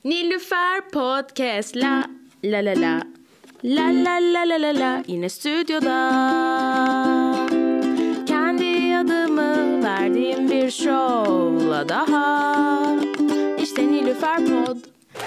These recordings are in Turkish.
Nilüfer Podcast la la la la la la la la la la yine stüdyoda kendi adımı verdiğim bir şovla daha işte Nilüfer Pod.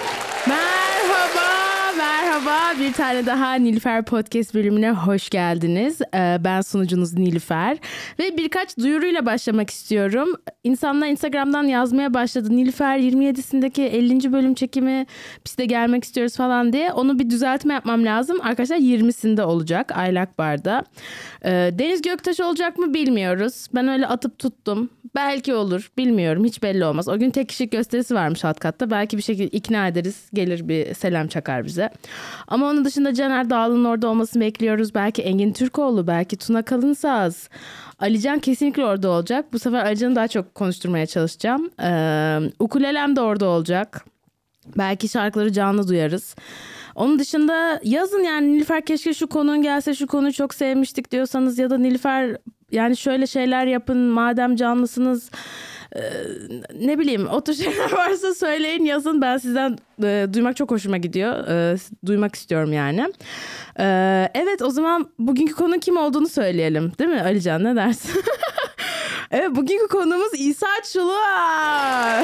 Merhaba, bir tane daha Nilüfer Podcast bölümüne hoş geldiniz. Ben sunucunuz Nilüfer ve birkaç duyuruyla başlamak istiyorum. İnsanlar Instagram'dan yazmaya başladı. Nilüfer 27'sindeki 50. bölüm çekimi biz de gelmek istiyoruz falan diye. Onu bir düzeltme yapmam lazım. Arkadaşlar 20'sinde olacak Aylakbar'da. Deniz Göktaş olacak mı bilmiyoruz. Ben öyle atıp tuttum. Belki olur, bilmiyorum, hiç belli olmaz. O gün tek kişilik gösterisi varmış alt katta. Belki bir şekilde ikna ederiz, gelir bir selam çakar bize. Ama onun dışında Caner Dağlı'nın orada olmasını bekliyoruz. Belki Engin Türkoğlu, belki Tuna Kalınsaz. Alican kesinlikle orada olacak. Bu sefer Alican'ı daha çok konuşturmaya çalışacağım. Ukulelem de orada olacak. Belki şarkıları canlı duyarız. Onun dışında yazın yani Nilüfer keşke şu konuğun gelse, şu konuyu çok sevmiştik diyorsanız ya da Nilüfer yani şöyle şeyler yapın madem canlısınız, ne bileyim o tür şeyler varsa söyleyin, yazın, ben sizden duymak çok hoşuma gidiyor, duymak istiyorum yani. Evet, o zaman bugünkü konu kim olduğunu söyleyelim değil mi Alican, ne dersin? Evet, bugünkü konumuz İsa Çolak.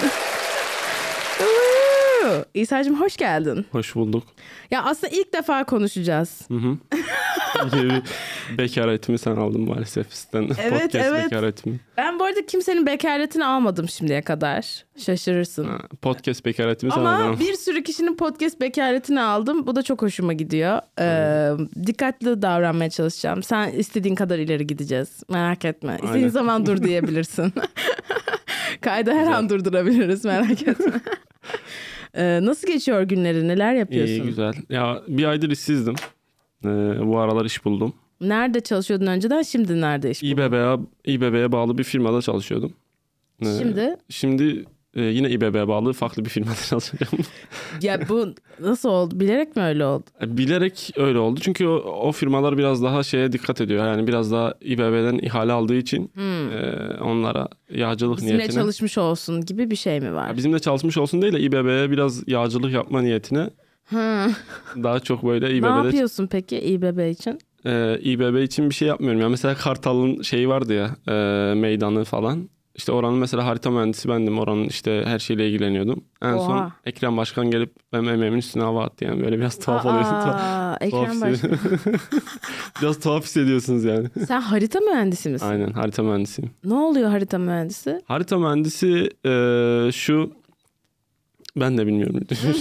İsa'cığım hoş geldin. Hoş bulduk. Ya aslında ilk defa konuşacağız. Hı. Bekaretimi sen aldın maalesef sizden. Evet, Podcast evet. bekaretimi. Ben bu arada kimsenin bekaretini almadım şimdiye kadar. Şaşırırsın. Podcast bekaretimi sen Ama aldın. bir sürü kişinin podcast bekaretini aldım. Bu da çok hoşuma gidiyor. Dikkatli davranmaya çalışacağım. Sen istediğin kadar ileri gideceğiz. Merak etme. İstediğin zaman dur diyebilirsin. Kaydı her an durdurabiliriz, merak etme. Nasıl geçiyor günleri? Neler yapıyorsun? İyi, güzel. Ya bir aydır işsizdim. Bu aralar iş buldum. Nerede çalışıyordun önceden? Şimdi nerede iş buldun? İBB'ye bağlı bir firmada çalışıyordum. Şimdi yine İBB'ye bağlı farklı bir firmada çalışıyorum. Ya bu nasıl oldu? Bilerek mi öyle oldu? Bilerek öyle oldu. Çünkü o firmalar biraz daha şeye dikkat ediyor. Yani biraz daha İBB'den ihale aldığı için onlara yağcılık Bizimle niyetine. çalışmış olsun gibi bir şey mi var? Ya bizimle çalışmış olsun değil de İBB'ye biraz yağcılık yapma niyetine. Daha çok böyle İBB'de. Ne yapıyorsun peki İBB için? İBB için bir şey yapmıyorum. Ya mesela Kartal'ın şeyi vardı ya, meydanı falan. İşte oranın mesela harita mühendisi bendim. Oranın işte her şeyle ilgileniyordum. En son Ekrem Başkan gelip benim emeğimin üstüne hava attı yani. Böyle biraz tuhaf oluyorsun. Ekrem Başkan. Biraz tuhaf hissediyorsunuz yani. Sen harita mühendisi misin? Aynen, harita mühendisiyim. Ne oluyor harita mühendisi? Harita mühendisi şu... Ben de bilmiyorum.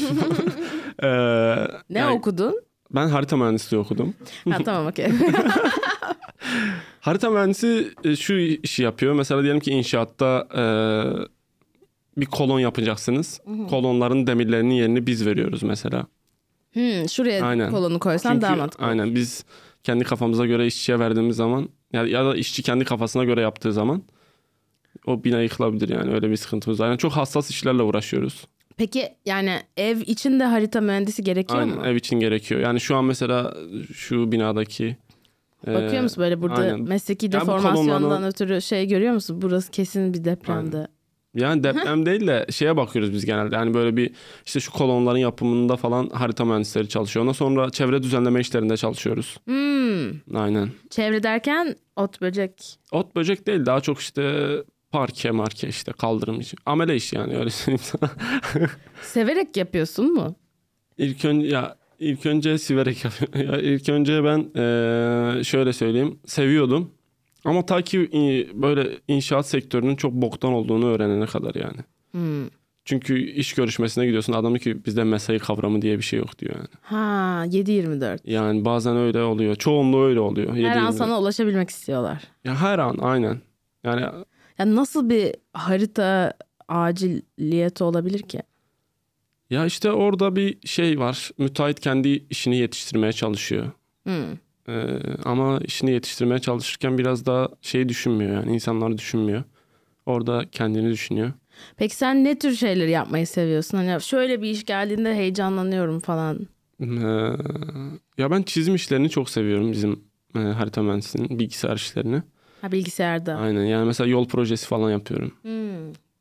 Ne okudun? Ben harita mühendisliği okudum. Ha, tamam, okey. Harita mühendisi şu işi yapıyor. Mesela diyelim ki inşaatta bir kolon yapacaksınız. Kolonların demirlerinin yerini biz veriyoruz mesela. Şuraya kolonu koysan daha mantıklı. Aynen, biz kendi kafamıza göre işçiye verdiğimiz zaman ya da işçi kendi kafasına göre yaptığı zaman o bina yıkılabilir yani, öyle bir sıkıntımız var. Yani çok hassas işlerle uğraşıyoruz. Peki yani ev için de harita mühendisi gerekiyor mu? Aynen, ev için gerekiyor. Yani şu an mesela şu binadaki... Bakıyor musun böyle burada mesleki deformasyondan ötürü şey görüyor musun? Burası kesin bir depremde. Aynen. Yani deprem değil de şeye bakıyoruz biz genelde. Yani böyle bir işte şu kolonların yapımında falan harita mühendisleri çalışıyor. Ondan sonra çevre düzenleme işlerinde çalışıyoruz. Aynen. Çevre derken ot böcek. Ot böcek değil, daha çok işte parke işte kaldırım işi. Amele işi yani, öyle söyleyeyim sana. Severek yapıyorsun mu? İlk önce severek yapıyorum. İlk önce ben şöyle söyleyeyim, seviyordum. Ama ta ki böyle inşaat sektörünün çok boktan olduğunu öğrenene kadar yani. Çünkü iş görüşmesine gidiyorsun, adam diyor ki bizde mesai kavramı diye bir şey yok diyor yani. Ha, 7/24. Yani bazen öyle oluyor. Çoğunluğu öyle oluyor. Her an sana ulaşabilmek istiyorlar. Ya her an, aynen. Yani nasıl bir harita aciliyeti olabilir ki? ya işte orada bir şey var. Müteahhit kendi işini yetiştirmeye çalışıyor. Ama işini yetiştirmeye çalışırken biraz daha şey düşünmüyor yani, insanlar düşünmüyor. Orada kendini düşünüyor. Peki sen ne tür şeyleri yapmayı seviyorsun? Hani şöyle bir iş geldiğinde heyecanlanıyorum falan. Ya ben çizim işlerini çok seviyorum, bizim harita mühendisliğinin bilgisayar işlerini. Ha, bilgisayarda. Aynen, yani mesela yol projesi falan yapıyorum.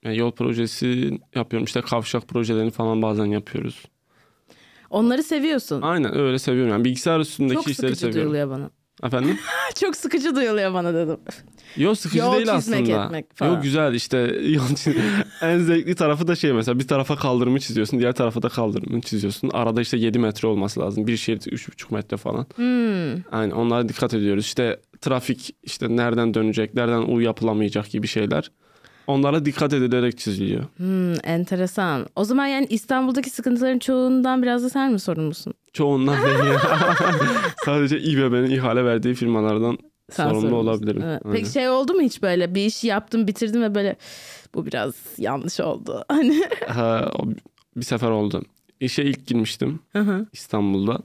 Yol projesi yapıyorum. İşte kavşak projelerini falan bazen yapıyoruz. Onları seviyorsun. Aynen öyle seviyorum. Yani bilgisayar üstündeki Çok işleri sıkıcı seviyorum. duyuluyor bana. Efendim? Çok sıkıcı duyuluyor bana dedim. Yok sıkıcı Yol değil çizmek, aslında. etmek falan. Yok güzel işte en zevkli tarafı da şey mesela bir tarafa kaldırımı çiziyorsun, diğer tarafa da kaldırımı çiziyorsun. Arada işte 7 metre olması lazım. Bir şerit 3,5 metre falan. Aynen onlara dikkat ediyoruz. İşte trafik işte nereden dönecek, nereden U yapılamayacak gibi şeyler. Onlara dikkat edilerek çiziliyor. Enteresan. O zaman yani İstanbul'daki sıkıntıların çoğundan biraz da sen mi sorumlusun? Çoğundan değil. Sadece İBB'nin ihale verdiği firmalardan Sen sorumlu sorumlusun. olabilirim. Evet. Aynen. Peki şey oldu mu hiç böyle bir işi yaptım bitirdim ve böyle bu biraz yanlış oldu. Hani. Bir sefer oldu. İşe ilk girmiştim İstanbul'da.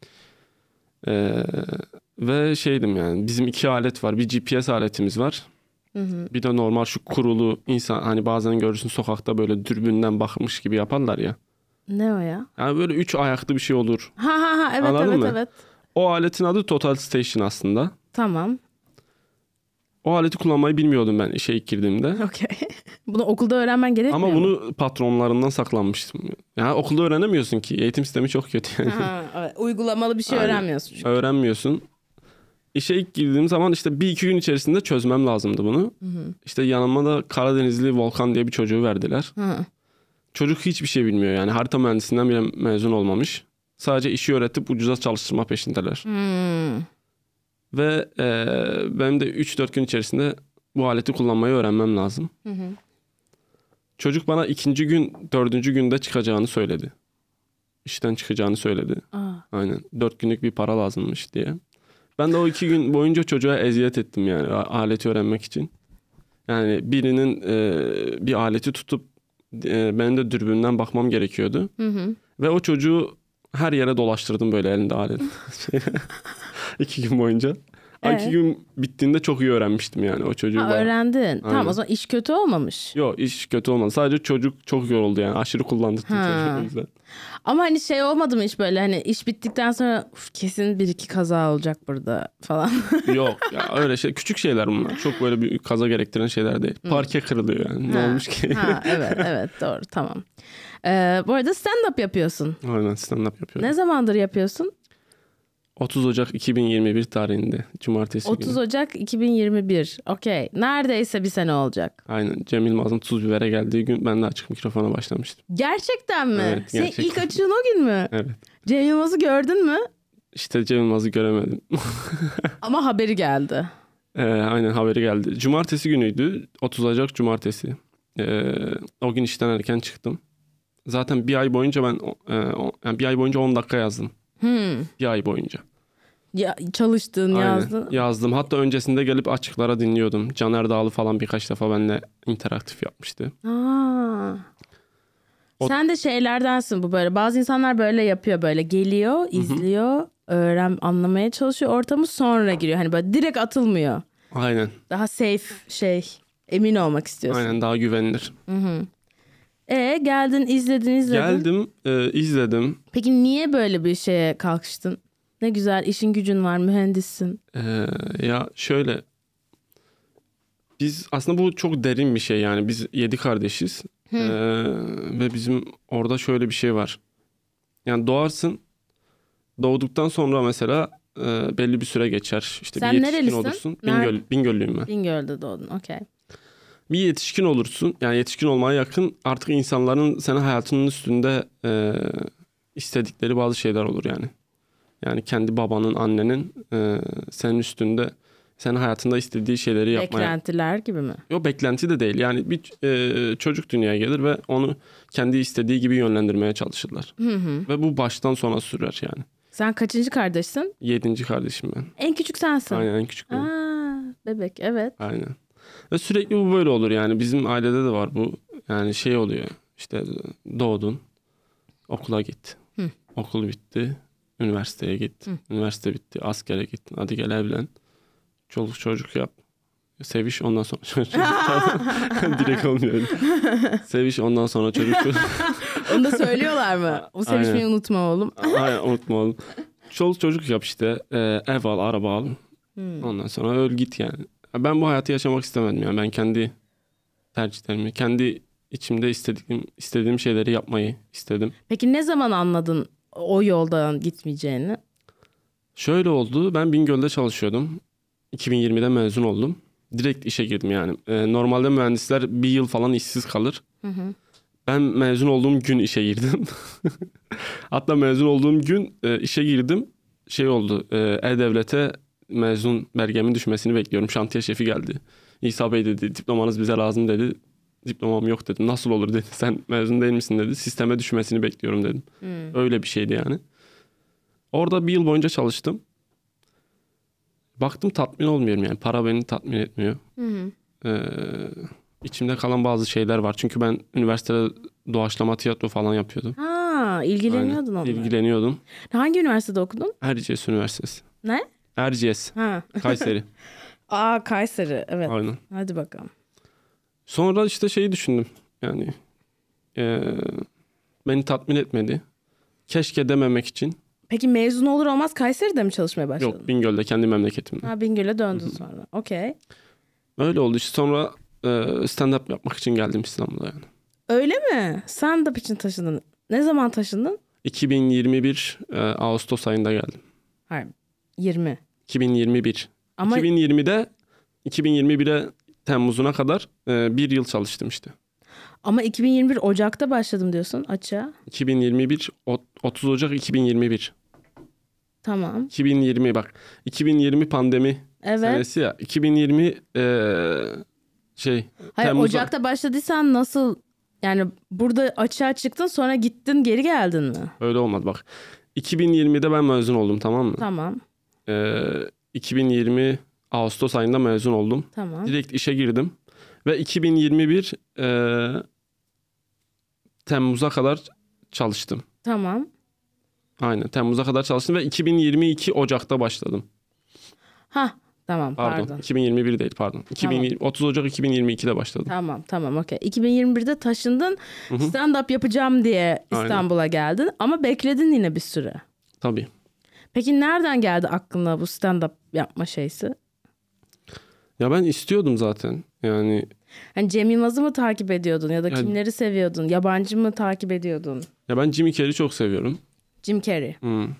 Ve şeydim yani bizim 2 alet var. Bir GPS aletimiz var. Bir de normal şu kurulu insan hani bazen görürsün sokakta böyle dürbünden bakmış gibi yaparlar ya. Ne o ya? Yani böyle 3 ayaklı bir şey olur. Ha evet Anladın evet mı? evet. O aletin adı Total Station aslında. Tamam. O aleti kullanmayı bilmiyordum ben işe ilk girdiğimde. Okey. Bunu okulda öğrenmen gerekmiyor Ama mu? bunu patronlarından saklanmıştım. Yani okulda öğrenemiyorsun ki. Eğitim sistemi çok kötü yani. Evet. Uygulamalı bir şey Aynen. öğrenmiyorsun çünkü. Öğrenmiyorsun. İşe ilk girdiğim zaman işte 1-2 gün içerisinde çözmem lazımdı bunu. İşte yanıma da Karadenizli Volkan diye bir çocuğu verdiler. Çocuk hiçbir şey bilmiyor yani. Harita mühendisinden bile mezun olmamış. Sadece işi öğretip ucuza çalıştırma peşindeler. Ve benim de 3-4 gün içerisinde bu aleti kullanmayı öğrenmem lazım. Çocuk bana 2. gün, 4. günde çıkacağını söyledi. İşten çıkacağını söyledi. Aynen. 4 günlük bir para lazımmış diye. Ben de o 2 gün boyunca çocuğa eziyet ettim yani aleti öğrenmek için. Yani birinin bir aleti tutup benim de dürbünden bakmam gerekiyordu. Ve o çocuğu her yere dolaştırdım böyle elinde alet. 2 gün boyunca. 2 gün bittiğinde çok iyi öğrenmiştim yani o çocuğu. Öğrendin. Aynen. Tamam o zaman iş kötü olmamış. Yok iş kötü olmadı. Sadece çocuk çok yoruldu yani. Aşırı kullandırdım çocuğu o yüzden. Ama hani şey olmadı mı hiç böyle hani iş bittikten sonra kesin 1-2 kaza olacak burada falan. Yok ya öyle şey. Küçük şeyler bunlar. Çok böyle bir kaza gerektiren şeyler değil. Parke kırılıyor yani. Ne olmuş ki? Evet doğru tamam. Bu arada stand-up yapıyorsun. Aynen stand-up yapıyorum. Ne zamandır yapıyorsun? 30 Ocak 2021 tarihinde. Cumartesi 30 günü. Ocak 2021. Okey. Neredeyse bir sene olacak. Aynen. Cem Yılmaz'ın Tuz Biber'e geldiği gün ben de açık mikrofona başlamıştım. Gerçekten mi? Evet, Senin gerçekten. ilk açığın o gün mü? Evet. Cem Yılmaz'ı gördün mü? İşte Cem Yılmaz'ı göremedim. Ama haberi geldi. Aynen haberi geldi. Cumartesi günüydü. 30 Ocak Cumartesi. O gün işten erken çıktım. Zaten bir ay boyunca yani bir ay boyunca 10 dakika yazdım. Bir ay boyunca. Ya, çalıştın, Aynen, yazdın. yazdım. Hatta öncesinde gelip açıklara dinliyordum. Caner Dağlı falan birkaç defa benimle interaktif yapmıştı. Sen de şeylerdensin bu böyle. Bazı insanlar böyle yapıyor böyle. Geliyor, izliyor, anlamaya çalışıyor. Ortamı sonra giriyor. Hani böyle direkt atılmıyor. Aynen. Daha safe emin olmak istiyorsun. Aynen daha güvenilir. Geldin izledin. Geldim izledim. Peki niye böyle bir şeye kalkıştın? Ne güzel işin gücün var, mühendissin. Ya şöyle. Biz aslında bu çok derin bir şey yani. Biz 7 kardeşiz. Ve bizim orada şöyle bir şey var. Yani doğarsın. Doğduktan sonra mesela belli bir süre geçer. İşte Sen bir yetişkin nerelisin? olursun. Bingöllüyüm ben. Bingöl'de doğdun, okey. Bir yetişkin olursun. Yani yetişkin olmaya yakın artık insanların senin hayatının üstünde istedikleri bazı şeyler olur yani. Yani kendi babanın, annenin senin üstünde, senin hayatında istediği şeyleri yapmaya... Beklentiler gibi mi? Yok beklenti de değil. Yani bir çocuk dünyaya gelir ve onu kendi istediği gibi yönlendirmeye çalışırlar. Ve bu baştan sona sürer yani. Sen kaçıncı kardeşsin? 7. kardeşim ben. En küçük sensin. Aynen en küçük benim. Bebek evet. Aynen. Ve sürekli bu böyle olur yani. Bizim ailede de var bu. Yani şey oluyor. İşte doğdun. Okula git. Okul bitti. Üniversiteye git. Üniversite bitti. Askere git. Hadi gel evlen. Çoluk çocuk yap. Seviş ondan sonra çocuk. Direkt olmuyor. Seviş ondan sonra çocuk. Onu da söylüyorlar mı? Bu sevişmeyi unutma oğlum. Aynen unutma oğlum. Çoluk çocuk yap işte. Ev al, araba al. Ondan sonra öl git yani. Ben bu hayatı yaşamak istemedim yani. Ben kendi tercihlerimi, kendi içimde istediğim şeyleri yapmayı istedim. Peki ne zaman anladın o yoldan gitmeyeceğini? Şöyle oldu. Ben Bingöl'de çalışıyordum. 2020'de mezun oldum. Direkt işe girdim yani. Normalde mühendisler bir yıl falan işsiz kalır. Ben mezun olduğum gün işe girdim. Hatta mezun olduğum gün işe girdim. Şey oldu. E-Devlet'e mezun belgemin düşmesini bekliyorum. Şantiye şefi geldi. İsa Bey dedi, diplomanız bize lazım dedi. Diplomam yok dedim. Nasıl olur dedi. Sen mezun değil misin dedi. Sisteme düşmesini bekliyorum dedim. Öyle bir şeydi yani. Orada bir yıl boyunca çalıştım. Baktım tatmin olmuyorum yani. Para beni tatmin etmiyor. İçimde kalan bazı şeyler var. Çünkü ben üniversitede doğaçlama tiyatro falan yapıyordum. Ha, ilgileniyordun onunla. İlgileniyordum. Hangi üniversitede okudun? Erciyes Üniversitesi. Ne? Erciyes. Ha. Kayseri. Aa, Kayseri. Evet. Aynen. Hadi bakalım. Sonra işte şeyi düşündüm. Yani beni tatmin etmedi. Keşke dememek için. Peki mezun olur olmaz Kayseri'de mi çalışmaya başladın? Yok, Bingöl'de, kendi memleketimde. Ha, Bingöl'e döndün sonra. Okey. Öyle oldu işte. Sonra stand-up yapmak için geldim İstanbul'a yani. Öyle mi? Stand-up için taşındın. Ne zaman taşındın? 2021 Ağustos ayında geldim. Hayır. 20. 2021. Ama 2021'e Temmuz'una kadar bir yıl çalıştım işte. ama 2021 Ocak'ta başladım diyorsun açığa. 2021 30 Ocak 2021. Tamam. 2020 bak. 2020 pandemi Evet. senesi ya. 2020 Hayır, Temmuz'a. Ocak'ta başladıysan nasıl, yani burada açığa çıktın sonra gittin geri geldin mi? Öyle olmadı bak. 2020'de ben mezun oldum, tamam mı? Tamam. 2020 Ağustos ayında mezun oldum. Tamam. Direkt işe girdim. Ve 2021 Temmuz'a kadar çalıştım. Tamam. Aynen, Temmuz'a kadar çalıştım ve 2022 Ocak'ta başladım. Tamam, pardon. 2021 değil, pardon. 30 Ocak 2022'de başladım. Tamam, okey. 2021'de taşındın, stand-up yapacağım diye İstanbul'a geldin ama bekledin yine bir süre. Tabii. Peki nereden geldi aklına bu stand-up yapma şeysi? Ya ben istiyordum zaten. Yani Hani Cem Yılmaz'ı mı takip ediyordun ya da kimleri seviyordun? Yabancı mı takip ediyordun? ya ben Jim Carrey'i çok seviyorum. Jim Carrey.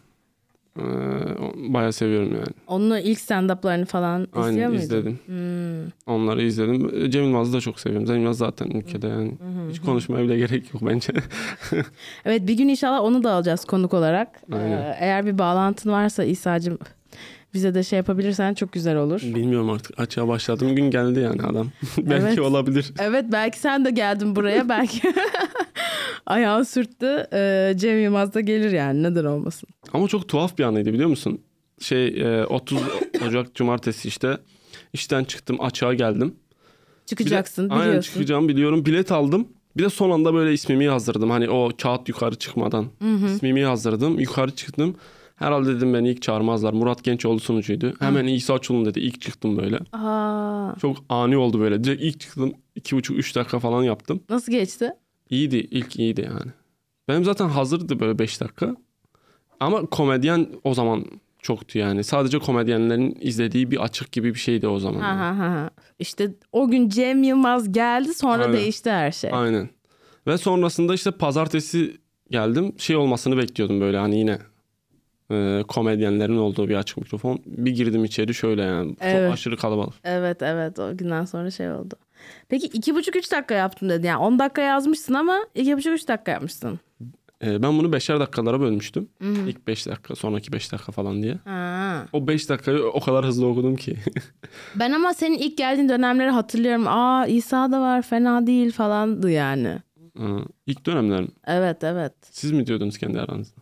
Bayağı seviyorum yani. Onun ilk stand-up'larını falan izliyor Aynen, muydun? izledim. Onları izledim. Cem Yılmaz'ı da çok seviyorum. Cem Yılmaz zaten ülkede yani. Hiç konuşmaya bile gerek yok bence. Evet, bir gün inşallah onu da alacağız konuk olarak. Aynen. Eğer bir bağlantın varsa İsa'cığım bize de şey yapabilirsen çok güzel olur. Bilmiyorum artık. Açığa başladığım gün geldi yani adam. Belki Evet. olabilir. Evet, belki sen de geldin buraya, belki ayağı sürttü. Cem Yılmaz da gelir yani, neden olmasın. Ama çok tuhaf bir anıydı, biliyor musun? 30 Ocak Cumartesi işte. İşten çıktım, açığa geldim. Çıkacaksın, Aynen, biliyorsun. çıkacağım biliyorum. Bilet aldım. Bir de son anda böyle ismimi yazdırdım. Hani o kağıt yukarı çıkmadan. İsmimi yazdırdım. Yukarı çıktım. Herhalde dedim beni ilk çağırmazlar. Murat Gençoğlu sunucuydu. Hemen İsa Açulun dedi. İlk çıktım böyle. Çok ani oldu böyle. Direkt ilk çıktım. 2,5-3 dakika falan yaptım. Nasıl geçti? İyiydi. İlk iyiydi yani. Benim zaten hazırdı böyle 5 dakika. Ama komedyen o zaman çoktu yani. Sadece komedyenlerin izlediği bir açık gibi bir şeydi o zaman. İşte o gün Cem Yılmaz geldi, sonra Aynen. değişti her şey. Aynen. Ve sonrasında işte pazartesi geldim. Şey olmasını bekliyordum böyle, hani yine komedyenlerin olduğu bir açık mikrofon. Bir girdim içeri şöyle yani. Evet. Çok aşırı kalabalık. Evet, o günden sonra şey oldu. Peki 2,5-3 dakika yaptım dedi. Yani 10 dakika yazmışsın ama 2,5-3 dakika yapmışsın. Ben bunu 5'er dakikalara bölmüştüm. İlk 5 dakika, sonraki 5 dakika falan diye. O 5 dakikayı o kadar hızlı okudum ki. Ben ama senin ilk geldiğin dönemleri hatırlıyorum. İsa da var, fena değil falandı yani. İlk dönemler mi? Evet. Siz mi diyordunuz kendi aranızda?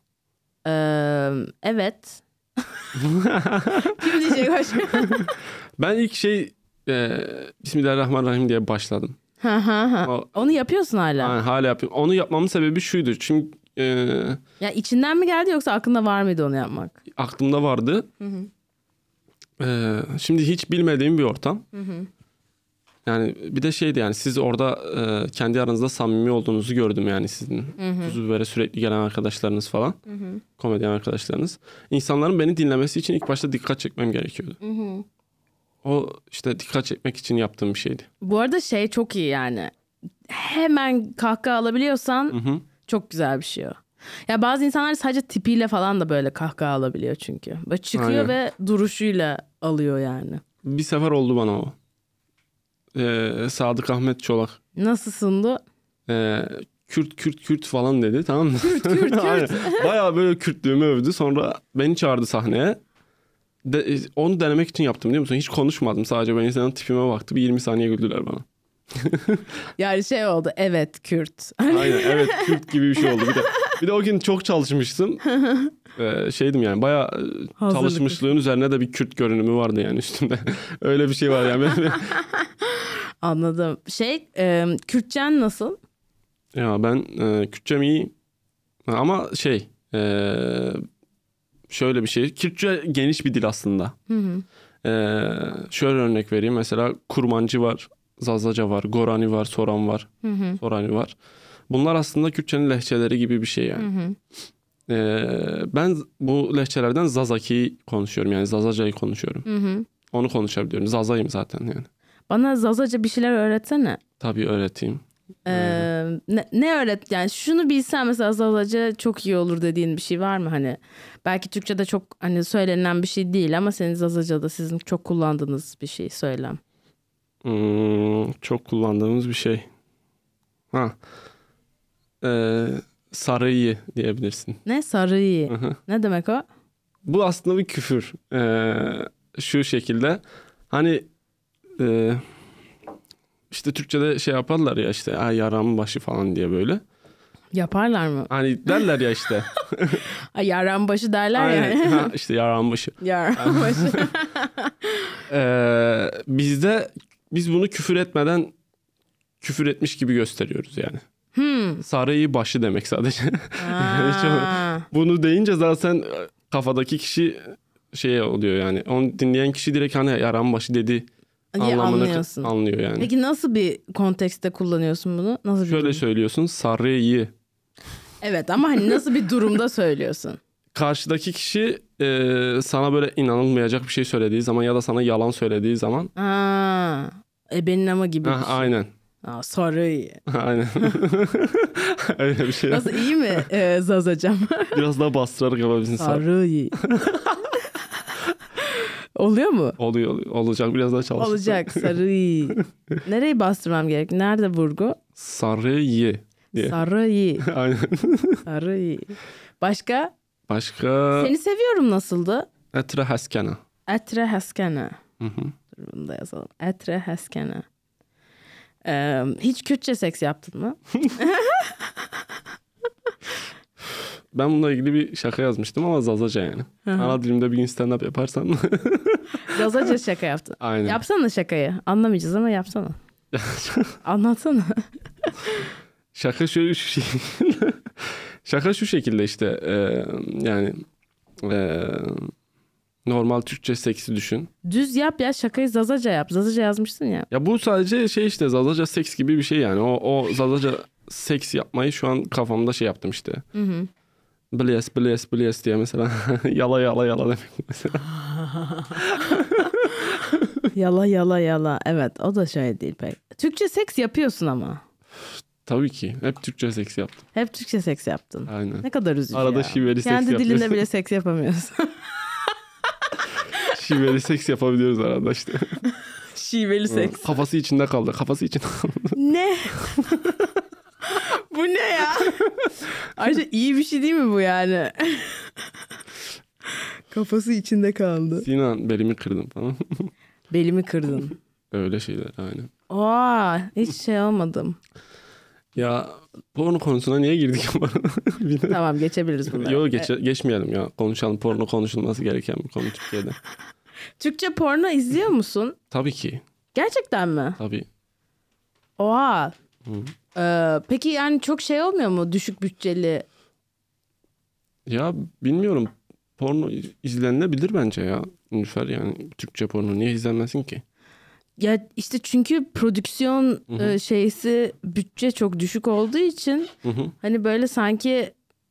Evet. Kim diyecek başka? Ben ilk Bismillahirrahmanirrahim diye başladım. Onu yapıyorsun hala. Yani hala yapıyorum. Onu yapmamın sebebi şuydu. Çünkü Ya içinden mi geldi yoksa aklında var mıydı onu yapmak? aklımda vardı. Şimdi hiç bilmediğim bir ortam. Yani bir de şeydi yani, siz orada kendi aranızda samimi olduğunuzu gördüm yani sizin. Tuzu bibere sürekli gelen arkadaşlarınız falan. Komedyen arkadaşlarınız. İnsanların beni dinlemesi için ilk başta dikkat çekmem gerekiyordu. O işte dikkat çekmek için yaptığım bir şeydi. Bu arada şey çok iyi yani. hemen kahkaha alabiliyorsan çok güzel bir şey o. Ya bazı insanlar sadece tipiyle falan da böyle kahkaha alabiliyor çünkü. Böyle çıkıyor Aynen. ve duruşuyla alıyor yani. Bir sefer oldu bana o. Sadık Ahmet Çolak. Nasıl sundu? Kürt falan dedi, tamam mı? Kürt. Aynen. Bayağı böyle Kürtlüğümü övdü. Sonra beni çağırdı sahneye. Onu denemek için yaptım, biliyor musun? Hiç konuşmadım. Sadece ben insanın tipime baktı. Bir 20 saniye güldüler bana. Yani şey oldu. Evet Kürt. Aynen, evet, Kürt gibi bir şey oldu. Bir de o gün çok çalışmıştım. Şeydim yani, bayağı çalışmışlığın üzerine de bir Kürt görünümü vardı yani üstümde. Öyle bir şey var yani. Anladım. Kürtçen nasıl? Ya ben Kürtçem iyi. Ama şöyle bir şey. Kürtçe geniş bir dil aslında. Şöyle örnek vereyim. Mesela Kurmancı var, Zazaca var, Gorani var, Soran var, Sorani var. Bunlar aslında Kürtçenin lehçeleri gibi bir şey yani. Ben bu lehçelerden Zazaki konuşuyorum, yani Zazaca'yı konuşuyorum. Onu konuşabiliyorum. Zaza'yım zaten yani. Bana Zazaca bir şeyler öğretsene. Tabii öğreteyim. Ne öğret? Yani şunu bilsen mesela Zazaca çok iyi olur dediğin bir şey var mı hani? Belki Türkçe'de çok hani söylenen bir şey değil ama senin Zazaca'da sizin çok kullandığınız bir şey söylem. Çok kullandığımız bir şey. Sarıyı diyebilirsin. Ne? Sarıyı. Ne demek o? Bu aslında bir küfür. Şu şekilde. Hani işte Türkçe'de şey yaparlar ya, işte ay yaramın başı falan diye böyle. Yaparlar mı? Hani derler ya işte. Ay yaran başı derler Aynen. yani. İşte yaramın başı. Yaran başı. Biz bunu küfür etmeden küfür etmiş gibi gösteriyoruz yani. Sarıyı başı demek sadece. Bunu deyince zaten kafadaki kişi şey oluyor yani. Onu dinleyen kişi direkt hani yaran başı dedi anlamını anlıyor yani. Peki nasıl bir kontekste kullanıyorsun bunu? Nasıl Şöyle söylüyorsun, sarıyı. Evet ama hani nasıl bir durumda söylüyorsun? Karşıdaki kişi sana böyle inanılmayacak bir şey söylediği zaman ya da sana yalan söylediği zaman. Benim ama gibi bir şey. Aynen. Sarı. Aynen. Öyle bir şey. Nasıl, iyi mi Zazacam? Biraz daha bastırarak yapabilirsin. Sarı. Oluyor mu? Oluyor. Olacak, biraz daha çalışırsan. Olacak. Sarı. Nereyi bastırmam gerek? Nerede vurgu? Sarıyı diye. Sarı. Aynen. Sarı. Başka? Seni seviyorum nasıldı? Etre heskene. Etre heskene. Bunu da yazalım. Etre heskene. Hiç Kürtçe seks yaptın mı? Ben bununla ilgili bir şaka yazmıştım ama Zazaca yani. Ana dilimde bir gün stand-up yaparsam. Zazaca şaka yaptın. Aynen. Yapsana şakayı. Anlamayacağız ama yapsana. Anlatsana. Şaka Şaka şu şekilde işte yani normal Türkçe seksi düşün. Düz yap ya, şakayı Zazaca yap. Zazaca yazmışsın ya. Ya bu sadece şey işte Zazaca seks gibi bir şey yani. O Zazaca seks yapmayı şu an kafamda şey yaptım işte. Blies diye mesela. Yala demek mesela. Yala. Evet, o da şey değil pek. Türkçe seks yapıyorsun ama. Tabii ki. Hep Türkçe seks yaptım. Hep Türkçe seks yaptın. Aynen. Ne kadar üzücü Arada ya. şiveli seks Kendi yapıyoruz. dilinde bile seks yapamıyorsun. Şiveli seks yapabiliyoruz arada işte. Şiveli seks. Kafası içinde kaldı. Ne? Bu ne ya? Ayrıca iyi bir şey değil mi bu yani? Kafası içinde kaldı. Sinan belimi kırdım falan. Belimi kırdın. Öyle şeyler aynen. Hiç şey olmadım. Ya porno konusuna niye girdik? Tamam, geçebiliriz bunları. Yok geçmeyelim ya. Konuşalım. Porno konuşulması gereken bir konu Türkiye'de. Türkçe porno izliyor musun? Tabii ki. Gerçekten mi? Tabii. Peki yani çok şey olmuyor mu? Düşük bütçeli. Ya bilmiyorum. Porno izlenilebilir bence ya. Nilüfer yani Türkçe porno niye izlenmesin ki? Ya işte çünkü prodüksiyon şeysi, bütçe çok düşük olduğu için hani böyle sanki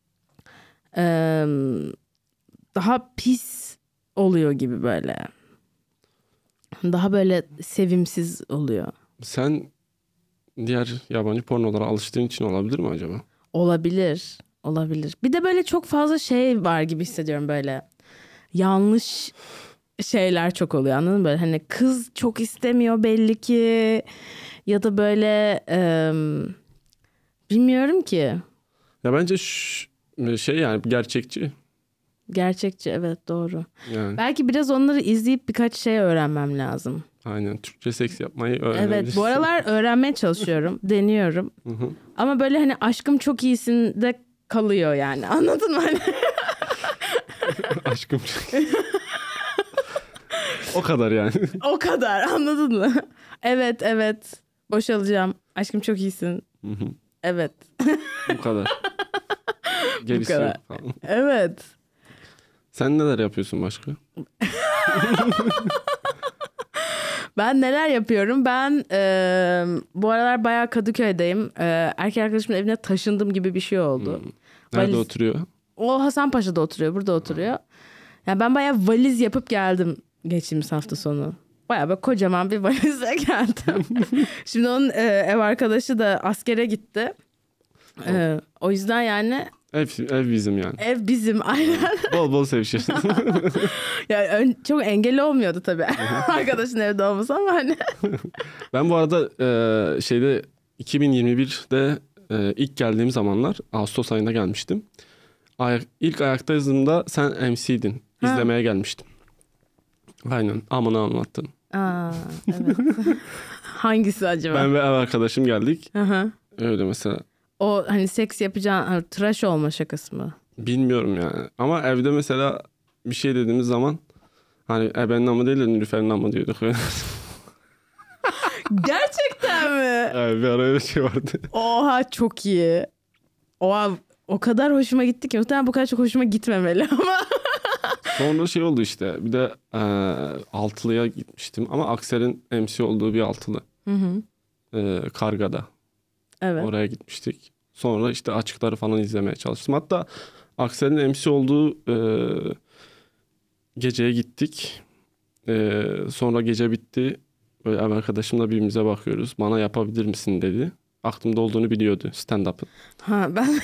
daha pis oluyor gibi böyle. Daha böyle sevimsiz oluyor. Sen diğer yabancı pornolara alıştığın için olabilir mi acaba? Olabilir. Olabilir. Bir de böyle çok fazla şey var gibi hissediyorum böyle. Yanlış şeyler çok oluyor, anladın mı? Böyle hani kız çok istemiyor belli ki. Ya da böyle bilmiyorum ki. Ya bence şey yani gerçekçi. Gerçekçi, evet, doğru. Yani Belki biraz onları izleyip birkaç şey öğrenmem lazım. aynen Türkçe seks yapmayı Evet, öğrenebilirsin. bu aralar öğrenmeye çalışıyorum. Deniyorum. Hı hı. Ama böyle hani aşkım çok iyisin de kalıyor yani. Anladın mı? Hani Aşkım. O kadar yani. o kadar, anladın mı? Evet, evet. Boşalacağım. Aşkım çok iyisin. Hı hı. Evet. Bu kadar. Gerisi kadar. yok falan. Evet. Sen neler yapıyorsun başka? Ben neler yapıyorum? Ben bu aralar bayağı Kadıköy'deyim. Erkek arkadaşımın evine taşındım gibi bir şey oldu. Nerede Valiz- oturuyor? O Hasanpaşa'da oturuyor, burada oturuyor. Yani ben bayağı valiz yapıp geldim geçtiğimiz hafta sonu. Bayağı böyle kocaman bir valizle geldim. Şimdi onun ev arkadaşı da askere gitti. O yüzden yani Ev bizim yani. ev bizim, aynen. Bol bol sevişiriz. Yani çok engel olmuyordu tabii arkadaşın evde olması ama hani. Ben bu arada şeyde 2021'de ilk geldiğim zamanlar Ağustos ayında gelmiştim. İlk ayaktayızımda sen MC'din. İzlemeye gelmiştim. Aynen. Amına anlattın. Aa, evet. Hangisi acaba? Ben ve ev arkadaşım geldik. Hı. Öyle mesela. O hani seks yapacağın tıraş olma şakası mı? Bilmiyorum yani. Ama evde mesela bir şey dediğimiz zaman hani ebenin amı değil de Nilüfer'in amı diyorduk. Gerçekten mi? Evet, bir ara öyle şey vardı. Oha, çok iyi. Oha, o kadar hoşuma gitti ki. Muhtemelen bu kadar çok hoşuma gitmemeli ama. Sonra şey oldu işte. Bir de Altılı'ya gitmiştim. Ama Aksel'in MC olduğu bir Altılı. Hı hı. Karga'da. Evet. Oraya gitmiştik. Sonra işte açıkları falan izlemeye çalıştım. Hatta Aksel'in MC olduğu geceye gittik. Sonra gece bitti. Böyle ev arkadaşımla birbirimize bakıyoruz. Bana yapabilir misin dedi. Aklımda olduğunu biliyordu stand-up'ın. Ha, ben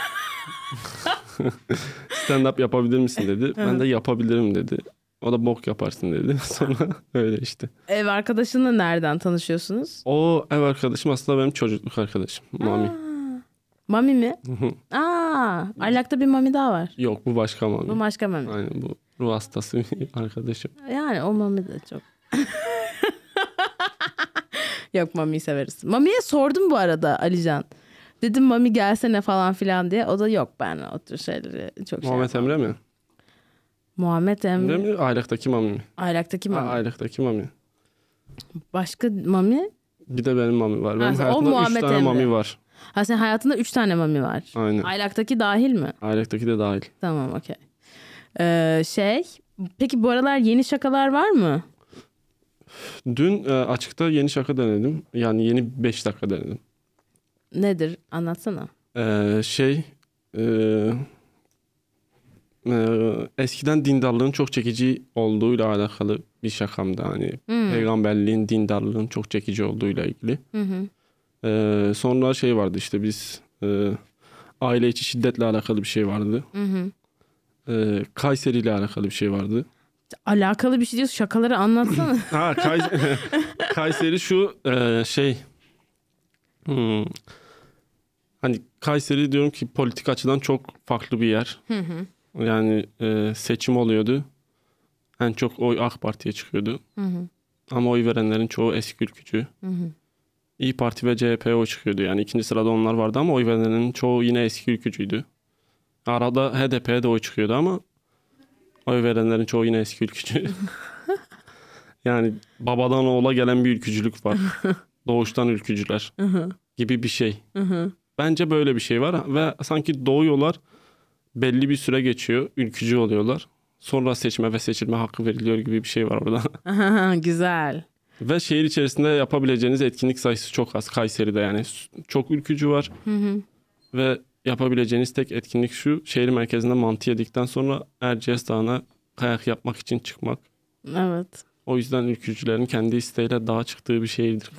Stand-up yapabilir misin dedi. Ben de yapabilirim dedi. O da bok yaparsın dedi. Sonra öyle işte. ev arkadaşınla nereden tanışıyorsunuz? O ev arkadaşım aslında benim çocukluk arkadaşım. Mami. Mami mi? Aylak'ta bir Mami daha var. Yok, bu başka Mami. Bu başka Mami. Aynen, bu ruh hastası bir arkadaşım. Yani o Mami de çok. Yok, Mami'yi severiz. Mami'ye sordum bu arada, Alican. Dedim Mami gelsene falan filan diye. O da yok, ben o tür şeyleri çok Muhammed yapmam. Emre mi? Muhammed Emre. Emre mi? Aylıktaki Mami mi? Aylak'taki Mami. Aylıktaki Mami. Başka Mami? Bir de benim Mami var. Benim o hayatımda 3 Muhammed tane Emre. Mami var. Ha, senin hayatında 3 tane Mami var. Aynen. Aylak'taki dahil mi? Aylıktaki de dahil. Tamam, okey. Peki bu aralar yeni şakalar var mı? Dün açıkta yeni şaka denedim. Yani yeni 5 dakika denedim. Nedir? Anlatsana. Eskiden dindarlığın çok çekici olduğuyla alakalı bir şakamdı. Hani peygamberliğin, dindarlığın çok çekici olduğuyla ilgili. Sonra şey vardı işte biz aile içi şiddetle alakalı bir şey vardı. Kayseri ile alakalı bir şey vardı. Alakalı bir şey diyorsun, şakaları anlatsana. Ha, Kayseri şu hani Kayseri diyorum ki politik açıdan çok farklı bir yer. Yani seçim oluyordu. En çok oy AK Parti'ye çıkıyordu. Ama oy verenlerin çoğu eski ülkücü. İyi Parti ve CHP'ye oy çıkıyordu. Yani ikinci sırada onlar vardı ama oy verenlerin çoğu yine eski ülkücüydü. Arada HDP'ye de oy çıkıyordu ama oy verenlerin çoğu yine eski ülkücü. Yani babadan oğula gelen bir ülkücülük var. Doğuştan ülkücüler gibi bir şey. Bence böyle bir şey var ve sanki doğuyorlar, belli bir süre geçiyor, ülkücü oluyorlar. Sonra seçme ve seçilme hakkı veriliyor gibi bir şey var orada. Güzel. Ve şehir içerisinde yapabileceğiniz etkinlik sayısı çok az Kayseri'de, yani çok ülkücü var. Ve yapabileceğiniz tek etkinlik şu: şehir merkezinde mantı yedikten sonra Erciyes Dağı'na kayak yapmak için çıkmak. Evet. O yüzden ülkücülerin kendi isteğiyle dağa çıktığı bir şehirdir.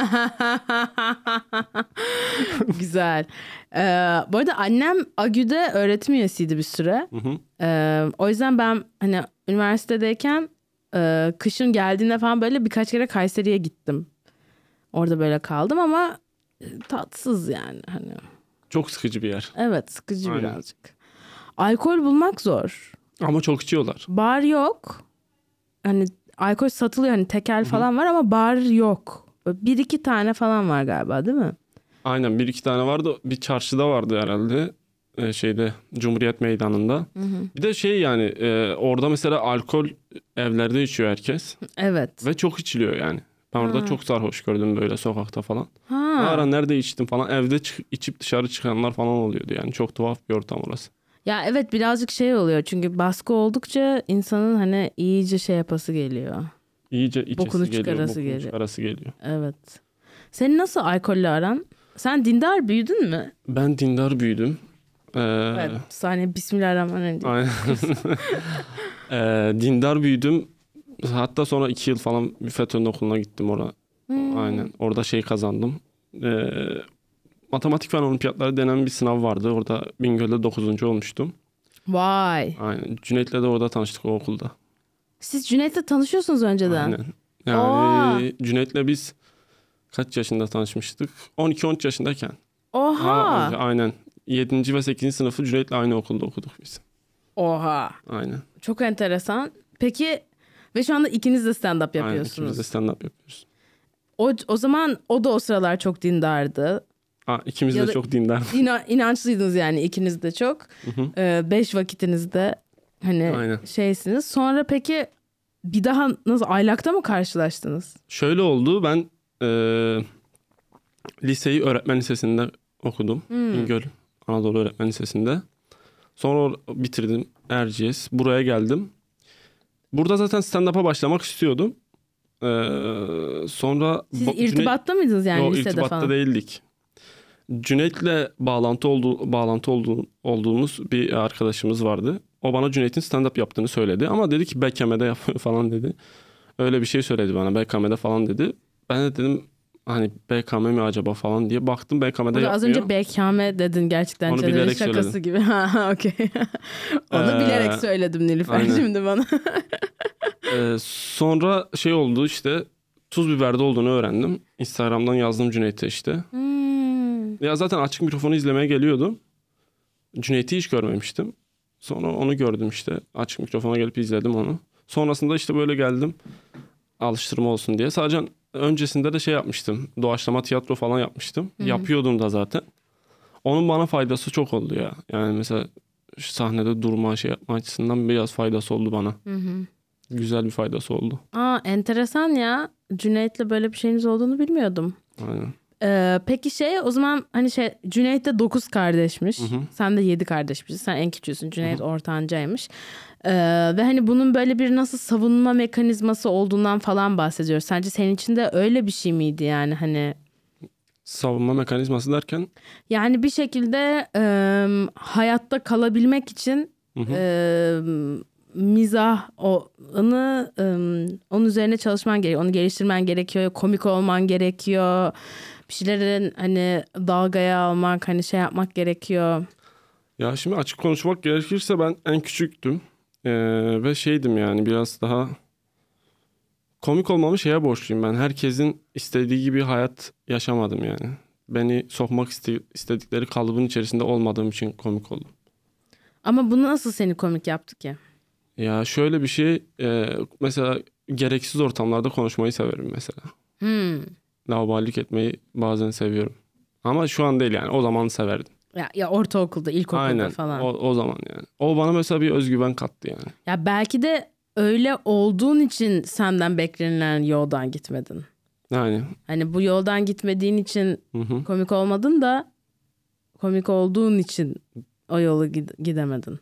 Güzel. Bu arada annem AGÜ'de öğretim üyesiydi bir süre. Hı hı. O yüzden ben hani üniversitedeyken kışın geldiğinde falan böyle birkaç kere Kayseri'ye gittim. Orada böyle kaldım ama tatsız yani hani. Çok sıkıcı bir yer. Evet, sıkıcı Aynen. birazcık. Alkol bulmak zor. Ama çok içiyorlar. Bar yok. Hani alkol satılıyor, hani tekel falan var ama bar yok. Böyle bir iki tane falan var galiba, değil mi? Aynen, bir iki tane vardı. Bir çarşıda vardı herhalde. Şeyde, Cumhuriyet Meydanı'nda. Bir de şey yani orada mesela alkol evlerde içiyor herkes. Evet. Ve çok içiliyor yani. Ben orada çok sarhoş gördüm böyle sokakta falan. Ne Ha. ara nerede içtim falan. Evde içip dışarı çıkanlar falan oluyordu yani. Çok tuhaf bir ortam orası. Ya evet, birazcık şey oluyor çünkü baskı oldukça insanın hani iyice şey yapası geliyor. İyice içesi Bokunu geliyor. çıkarası Bokunu geliyor. çıkarası geliyor. Evet. Senin nasıl alkolle aran? Sen dindar büyüdün mü? Ben dindar büyüdüm. Evet. Saniye, Bismillahirrahmanirrahim. Aynen. Dindar büyüdüm. Hatta sonra 2 yıl falan bir FETÖ'nün okuluna gittim orada. Aynen. Orada şey kazandım. Matematik fen olimpiyatları denen bir sınav vardı. Orada Bingöl'de 9. olmuştum. Vay. Aynen. Cüneyt'le de orada tanıştık o okulda. Siz Cüneyt'le tanışıyorsunuz önceden. Aynen. Yani Cüneyt'le biz kaç yaşında tanışmıştık? 12-13 yaşındayken. Oha. Aynen. 7. ve 8. sınıfı Cüneyt'le aynı okulda okuduk biz. Oha. Aynen. Çok enteresan. Peki ve şu anda ikiniz de stand-up Aynen. yapıyorsunuz. İkimiz de stand-up yapıyoruz. O zaman o da o sıralar çok dindardı. İkimiz Ya de da çok dindar. İnançlıydınız yani ikiniz de çok. 5 vakitinizde hani Aynen. şeysiniz. Sonra peki bir daha nasıl, aylakta mı karşılaştınız? Şöyle oldu. Ben liseyi öğretmen lisesinde okudum. Bingöl Anadolu Öğretmen Lisesi'nde. Sonra bitirdim Erciyes. Buraya geldim. Burada zaten stand-up'a başlamak istiyordum. Sonra... Siz irtibatta mıydınız yani lisede irtibatta falan? değildik. Cüneyt'le bağlantı olduğumuz bir arkadaşımız vardı. O bana Cüneyt'in stand-up yaptığını söyledi. Ama dedi ki BKM'de yap falan dedi. Öyle bir şey söyledi bana, BKM'de falan dedi. Ben de dedim hani BKM mi acaba falan diye baktım, BKM'de yapmıyor. Az önce BKM dedin gerçekten. Onu bilerek şakası söyledim. gibi. Ha, okey. Onu bilerek söyledim Nilüfer aynen. şimdi bana. Sonra şey oldu işte, Tuz Biber'de olduğunu öğrendim. Instagram'dan yazdım Cüneyt'e işte. Ya zaten Açık Mikrofon'u izlemeye geliyordum. Cüneyt'i hiç görmemiştim. Sonra onu gördüm işte. Açık Mikrofon'a gelip izledim onu. Sonrasında işte böyle geldim. Alıştırma olsun diye. Sadece öncesinde de şey yapmıştım. Doğaçlama tiyatro falan yapmıştım. Yapıyordum da zaten. Onun bana faydası çok oldu ya. Yani mesela şu sahnede durma, şey yapma açısından biraz faydası oldu bana. Güzel bir faydası oldu. Enteresan ya. Cüneyt'le böyle bir şeyiniz olduğunu bilmiyordum. Aynen. Peki o zaman hani Cüneyt de 9 kardeşmiş. Sen de 7 kardeşmişsin. Sen en küçüğüsün. Cüneyt ortancaymış. Ve hani bunun böyle bir nasıl savunma mekanizması olduğundan falan bahsediyoruz. Sence senin için de öyle bir şey miydi yani hani? Savunma mekanizması derken? Yani bir şekilde hayatta kalabilmek için mizah onun üzerine çalışman gerekiyor. Onu geliştirmen gerekiyor. Komik olman gerekiyor. Bir şeylerin hani dalgaya almak, hani şey yapmak gerekiyor. Ya şimdi açık konuşmak gerekirse ben en küçüktüm. Ve şeydim yani biraz daha komik olmamı şeye borçluyum ben. Herkesin istediği gibi hayat yaşamadım yani. Beni sokmak istedikleri kalıbın içerisinde olmadığım için komik oldum. Ama bunu nasıl seni komik yaptı ki? Ya şöyle bir şey, mesela gereksiz ortamlarda konuşmayı severim mesela. Laubalilik etmeyi bazen seviyorum. Ama şu an değil yani, o zaman severdim. Ya ortaokulda, ilkokulda aynen, falan. O zaman yani. O bana mesela bir özgüven kattı yani. Ya belki de öyle olduğun için senden beklenilen yoldan gitmedin. Yani. Hani bu yoldan gitmediğin için komik olmadın da komik olduğun için o yolu gidemedin.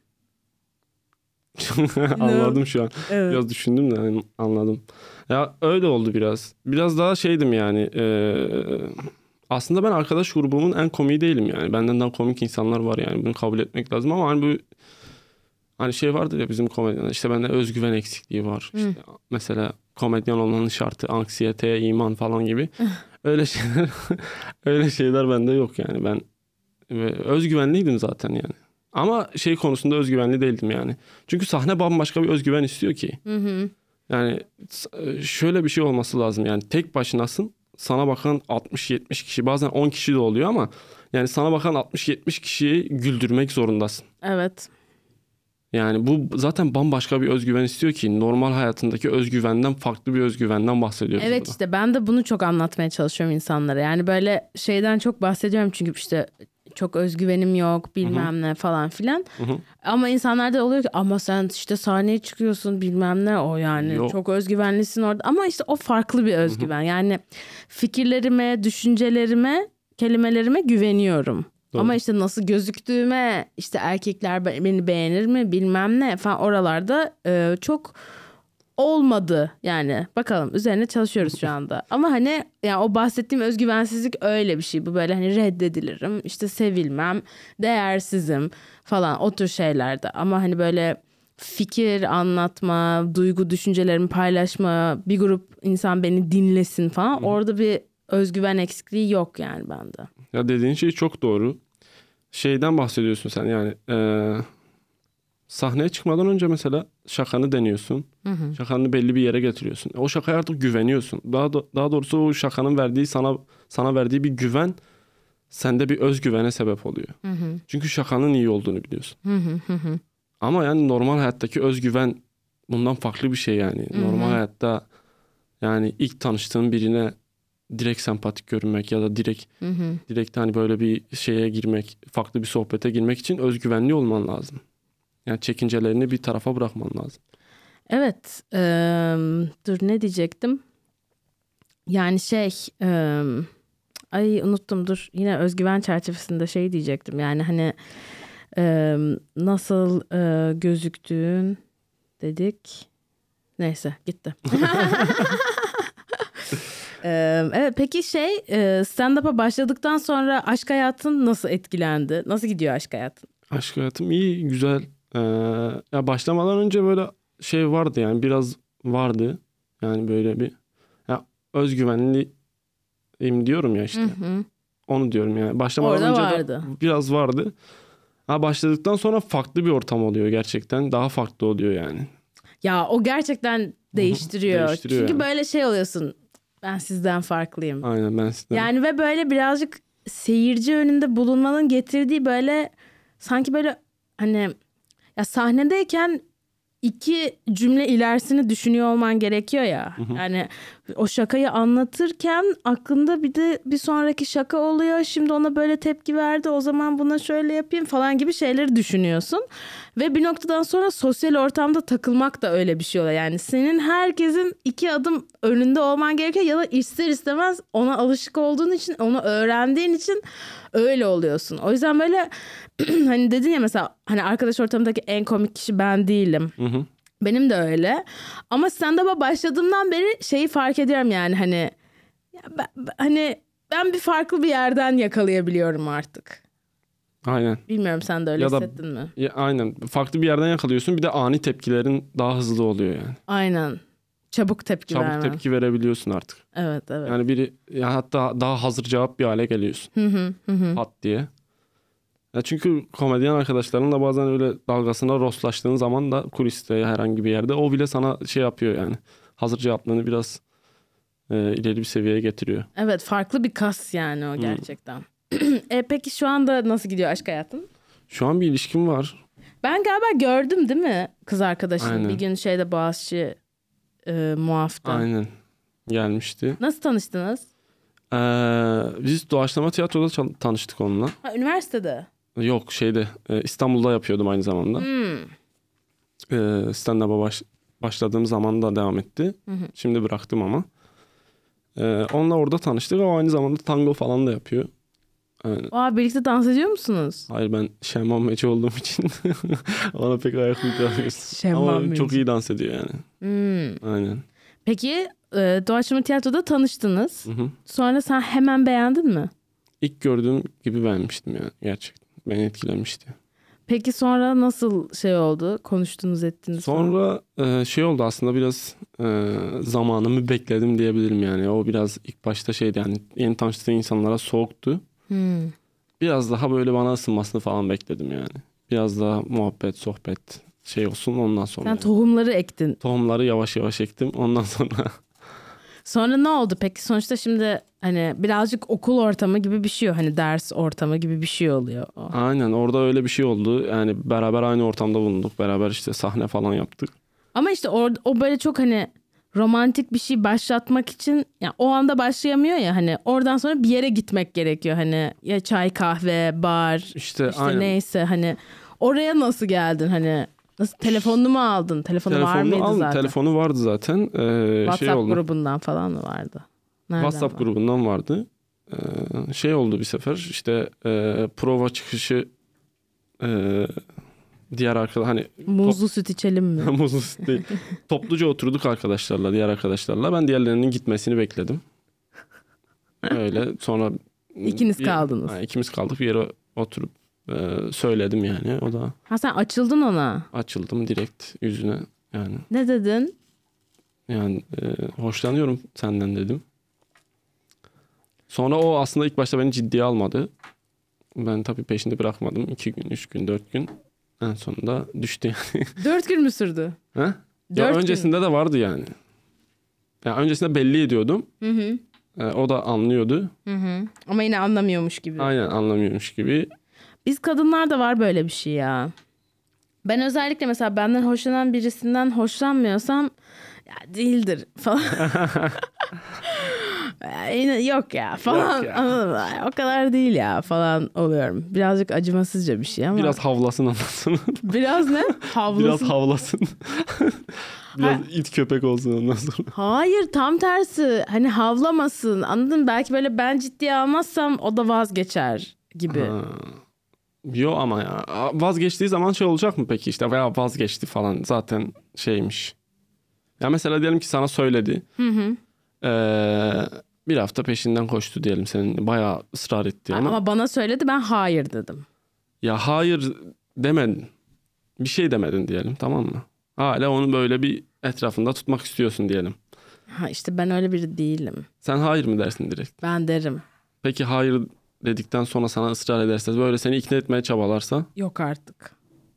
Anladım şu an. Evet. Biraz düşündüm de yani anladım. Ya öyle oldu biraz. Biraz daha şeydim yani. Aslında ben arkadaş grubumun en komiği değilim yani. Benden daha komik insanlar var yani. Bunu kabul etmek lazım ama hani bu hani şey vardır ya bizim komedyenler. İşte bende özgüven eksikliği var. İşte mesela komedyen olmanın şartı anksiyete, iman falan gibi. Öyle şeyler öyle şeyler bende yok yani. Ben özgüvenliydim zaten yani. Ama şey konusunda özgüvenli değildim yani. Çünkü sahne bambaşka bir özgüven istiyor ki. Yani şöyle bir şey olması lazım yani tek başınasın. Sana bakan 60-70 kişi, bazen 10 kişi de oluyor ama yani sana bakan 60-70 kişiyi güldürmek zorundasın. Evet. Yani bu zaten bambaşka bir özgüven istiyor ki normal hayatındaki özgüvenden farklı bir özgüvenden bahsediyoruz. Evet burada. işte ben de bunu çok anlatmaya çalışıyorum insanlara. Yani böyle şeyden çok bahsediyorum çünkü işte çok özgüvenim yok bilmem ne falan filan. Ama insanlarda oluyor ki ama sen işte sahneye çıkıyorsun bilmem ne o yani Yok. çok özgüvenlisin orada. Ama işte o farklı bir özgüven. Yani fikirlerime, düşüncelerime, kelimelerime güveniyorum. Doğru. Ama işte nasıl gözüktüğüme işte erkekler beni beğenir mi bilmem ne falan oralarda çok olmadı yani. Bakalım üzerine çalışıyoruz şu anda. Ama hani yani o bahsettiğim özgüvensizlik öyle bir şey. Bu böyle hani reddedilirim, işte sevilmem, değersizim falan o tür şeylerde. Ama hani böyle fikir anlatma, duygu düşüncelerimi paylaşma, bir grup insan beni dinlesin falan. Orada bir özgüven eksikliği yok yani bende. Ya dediğin şey çok doğru. Şeyden bahsediyorsun sen yani sahneye çıkmadan önce mesela şakanı deniyorsun. Şakanı belli bir yere getiriyorsun. O şakaya artık güveniyorsun. Daha doğrusu o şakanın verdiği sana verdiği bir güven sende bir özgüvene sebep oluyor. Çünkü şakanın iyi olduğunu biliyorsun. Ama yani normal hayattaki özgüven bundan farklı bir şey yani. Normal hayatta yani ilk tanıştığın birine direkt sempatik görünmek ya da direkt hani böyle bir şeye girmek, farklı bir sohbete girmek için özgüvenli olman lazım. Yani çekincelerini bir tarafa bırakman lazım. Evet. Dur ne diyecektim? Yani ay unuttum dur. Yine özgüven çerçevesinde şey diyecektim. Yani hani nasıl gözüktüğün dedik. Neyse gitti. Evet peki stand-up'a başladıktan sonra aşk hayatın nasıl etkilendi? Nasıl gidiyor aşk hayatın? Aşk hayatım iyi, güzel. Ya başlamadan önce böyle şey vardı yani biraz vardı. Yani böyle bir ya özgüvenliyim diyorum ya işte. Onu diyorum yani. Başlamadan Orada önce vardı. de biraz vardı. Ha başladıktan sonra farklı bir ortam oluyor gerçekten. Daha farklı oluyor yani. Ya o gerçekten değiştiriyor. Değiştiriyor Çünkü yani. böyle şey oluyorsun. Ben sizden farklıyım. Aynen ben sizden. Yani ve böyle birazcık seyirci önünde bulunmanın getirdiği böyle sanki böyle hani ya sahnedeyken 2 cümle ilerisini düşünüyor olman gerekiyor ya. Yani o şakayı anlatırken aklında bir de bir sonraki şaka oluyor. Şimdi ona böyle tepki verdi. O zaman buna şöyle yapayım falan gibi şeyleri düşünüyorsun. Ve bir noktadan sonra sosyal ortamda takılmak da öyle bir şey oluyor. Yani senin herkesin 2 adım önünde olman gerekiyor ya da ister istemez ona alışık olduğun için, onu öğrendiğin için öyle oluyorsun. O yüzden böyle hani dedin ya mesela hani arkadaş ortamındaki en komik kişi ben değilim. Benim de öyle. Ama stand-up'a başladığımdan beri şeyi fark ediyorum yani hani ben bir farklı bir yerden yakalayabiliyorum artık. Aynen. Bilmiyorum sen de öyle Ya da hissettin mi? aynen. Farklı bir yerden yakalıyorsun. Bir de ani tepkilerin daha hızlı oluyor yani. Aynen. Çabuk tepki vermen. Çabuk tepki verebiliyorsun artık. Evet. Yani biri ya hatta daha hazır cevap bir hale geliyorsun. Pat diye. Ya çünkü komedyen arkadaşlarınla bazen öyle dalgasına rostlaştığın zaman da kuliste herhangi bir yerde o bile sana şey yapıyor yani. Hazır cevaplığını biraz ileri bir seviyeye getiriyor. Evet farklı bir kas yani o gerçekten. Peki şu anda nasıl gidiyor aşk hayatın? Şu an bir ilişkim var. Ben galiba gördüm değil mi kız arkadaşını? Aynen. Bir gün Boğaziçi muafta. Aynen. Gelmişti. Nasıl tanıştınız? Biz doğaçlama tiyatroda tanıştık onunla. Ha, üniversitede. Yok İstanbul'da yapıyordum aynı zamanda. Stand-up'a başladığım zaman da devam etti. Şimdi bıraktım ama. Onunla orada tanıştık. O aynı zamanda tango falan da yapıyor. Aa, birlikte dans ediyor musunuz? Hayır ben Şemman Meci olduğum için ona pek ayak uyduramıyoruz. Şemman Ama Meci. çok iyi dans ediyor yani. Aynen. Peki doğaçlama tiyatroda tanıştınız. Sonra sen hemen beğendin mi? İlk gördüğüm gibi beğenmiştim yani gerçekten. Beni etkilemişti. Peki sonra nasıl şey oldu? Konuştunuz ettiniz falan. Sonra şey oldu aslında biraz zamanımı bekledim diyebilirim yani. O biraz ilk başta şeydi yani yeni tanıştığım insanlara soğuktu. Biraz daha böyle bana ısınmasını falan bekledim yani. Biraz daha muhabbet, sohbet şey olsun ondan sonra. Sen yani. tohumları ektin. Tohumları yavaş yavaş ektim ondan sonra. Sonra ne oldu peki? Sonuçta şimdi hani birazcık okul ortamı gibi bir şey o. Hani ders ortamı gibi bir şey oluyor o. Aynen orada öyle bir şey oldu. Yani beraber aynı ortamda bulunduk. Beraber işte sahne falan yaptık. Ama işte o böyle çok hani romantik bir şey başlatmak için ya o anda başlayamıyor ya hani oradan sonra bir yere gitmek gerekiyor hani ya çay kahve bar İşte işte aynen. neyse hani oraya nasıl geldin hani nasıl telefonunu mu aldın telefonu var mıydı zaten Telefonu vardı zaten. WhatsApp Şey oldu. grubundan falan mı vardı? Nereden WhatsApp var? grubundan vardı. Şey oldu bir sefer işte prova çıkışı diğer arkadaş hani Muzlu süt içelim mi? muzlu süt değil. Topluca oturduk arkadaşlarla diğer arkadaşlarla. Ben diğerlerinin gitmesini bekledim. Öyle sonra İkiniz kaldınız. İkimiz kaldık bir yere oturup söyledim yani. O da Ha sen açıldın ona. açıldım direkt yüzüne yani. Ne dedin? Yani hoşlanıyorum senden dedim. Sonra o aslında ilk başta beni ciddiye almadı. Ben tabii peşinde bırakmadım. 2 gün, 3 gün, 4 gün. En sonunda düştü yani. 4 gün mü sürdü? Ha? Ya 4 gün. öncesinde de vardı yani. Ya öncesinde belli ediyordum. Hı. O da anlıyordu. Hı. Ama yine anlamıyormuş gibi. Aynen anlamıyormuş gibi. Biz kadınlarda var böyle bir şey ya. Ben özellikle mesela benden hoşlanan birisinden hoşlanmıyorsam ya değildir falan. Yok ya falan. Yok ya. Anladın mı? O kadar değil ya falan oluyorum. Birazcık acımasızca bir şey ama. Biraz havlasın ondan sonra. Biraz ne? Havlasın. Biraz havlasın. Biraz it köpek olsun ondan sonra. Hayır tam tersi. Hani havlamasın. Anladın mı? Belki böyle ben ciddiye almazsam o da vazgeçer gibi. Ha. Yo ama ya vazgeçtiği zaman şey olacak mı peki işte veya vazgeçti falan zaten şeymiş. Ya mesela diyelim ki sana söyledi. Hı. Bir hafta peşinden koştu diyelim senin bayağı ısrar etti ama. Ama bana söyledi ben hayır dedim. Ya hayır demedin. Bir şey demedin diyelim tamam mı? Hala onu böyle bir etrafında tutmak istiyorsun diyelim. Ha işte ben öyle biri değilim. Sen hayır mı dersin direkt? Ben derim. Peki hayır dedikten sonra sana ısrar ederse böyle seni ikna etmeye çabalarsa? Yok artık.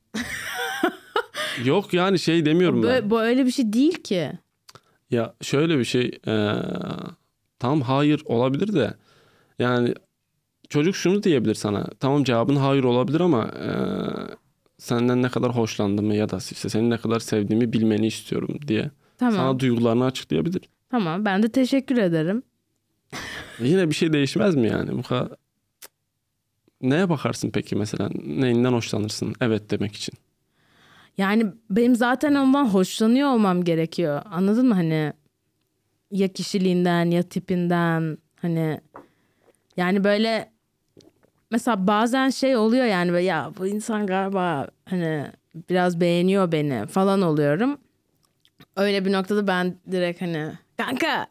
Yok yani şey demiyorum ben. Bu öyle bir şey değil ki. Ya şöyle bir şey tamam hayır olabilir de yani çocuk şunu diyebilir sana tamam cevabın hayır olabilir ama senden ne kadar hoşlandığımı ya da işte seni ne kadar sevdiğimi bilmeni istiyorum diye Tamam. sana duygularını açıklayabilir. Tamam ben de teşekkür ederim. Yine bir şey değişmez mi yani bu kadar? Neye bakarsın peki mesela neyinden hoşlanırsın evet demek için? Yani benim zaten ondan hoşlanıyor olmam gerekiyor. Anladın mı hani? Ya kişiliğinden ya tipinden hani yani böyle mesela bazen şey oluyor yani böyle ya bu insan galiba hani biraz beğeniyor beni falan oluyorum. Öyle bir noktada ben direkt hani kanka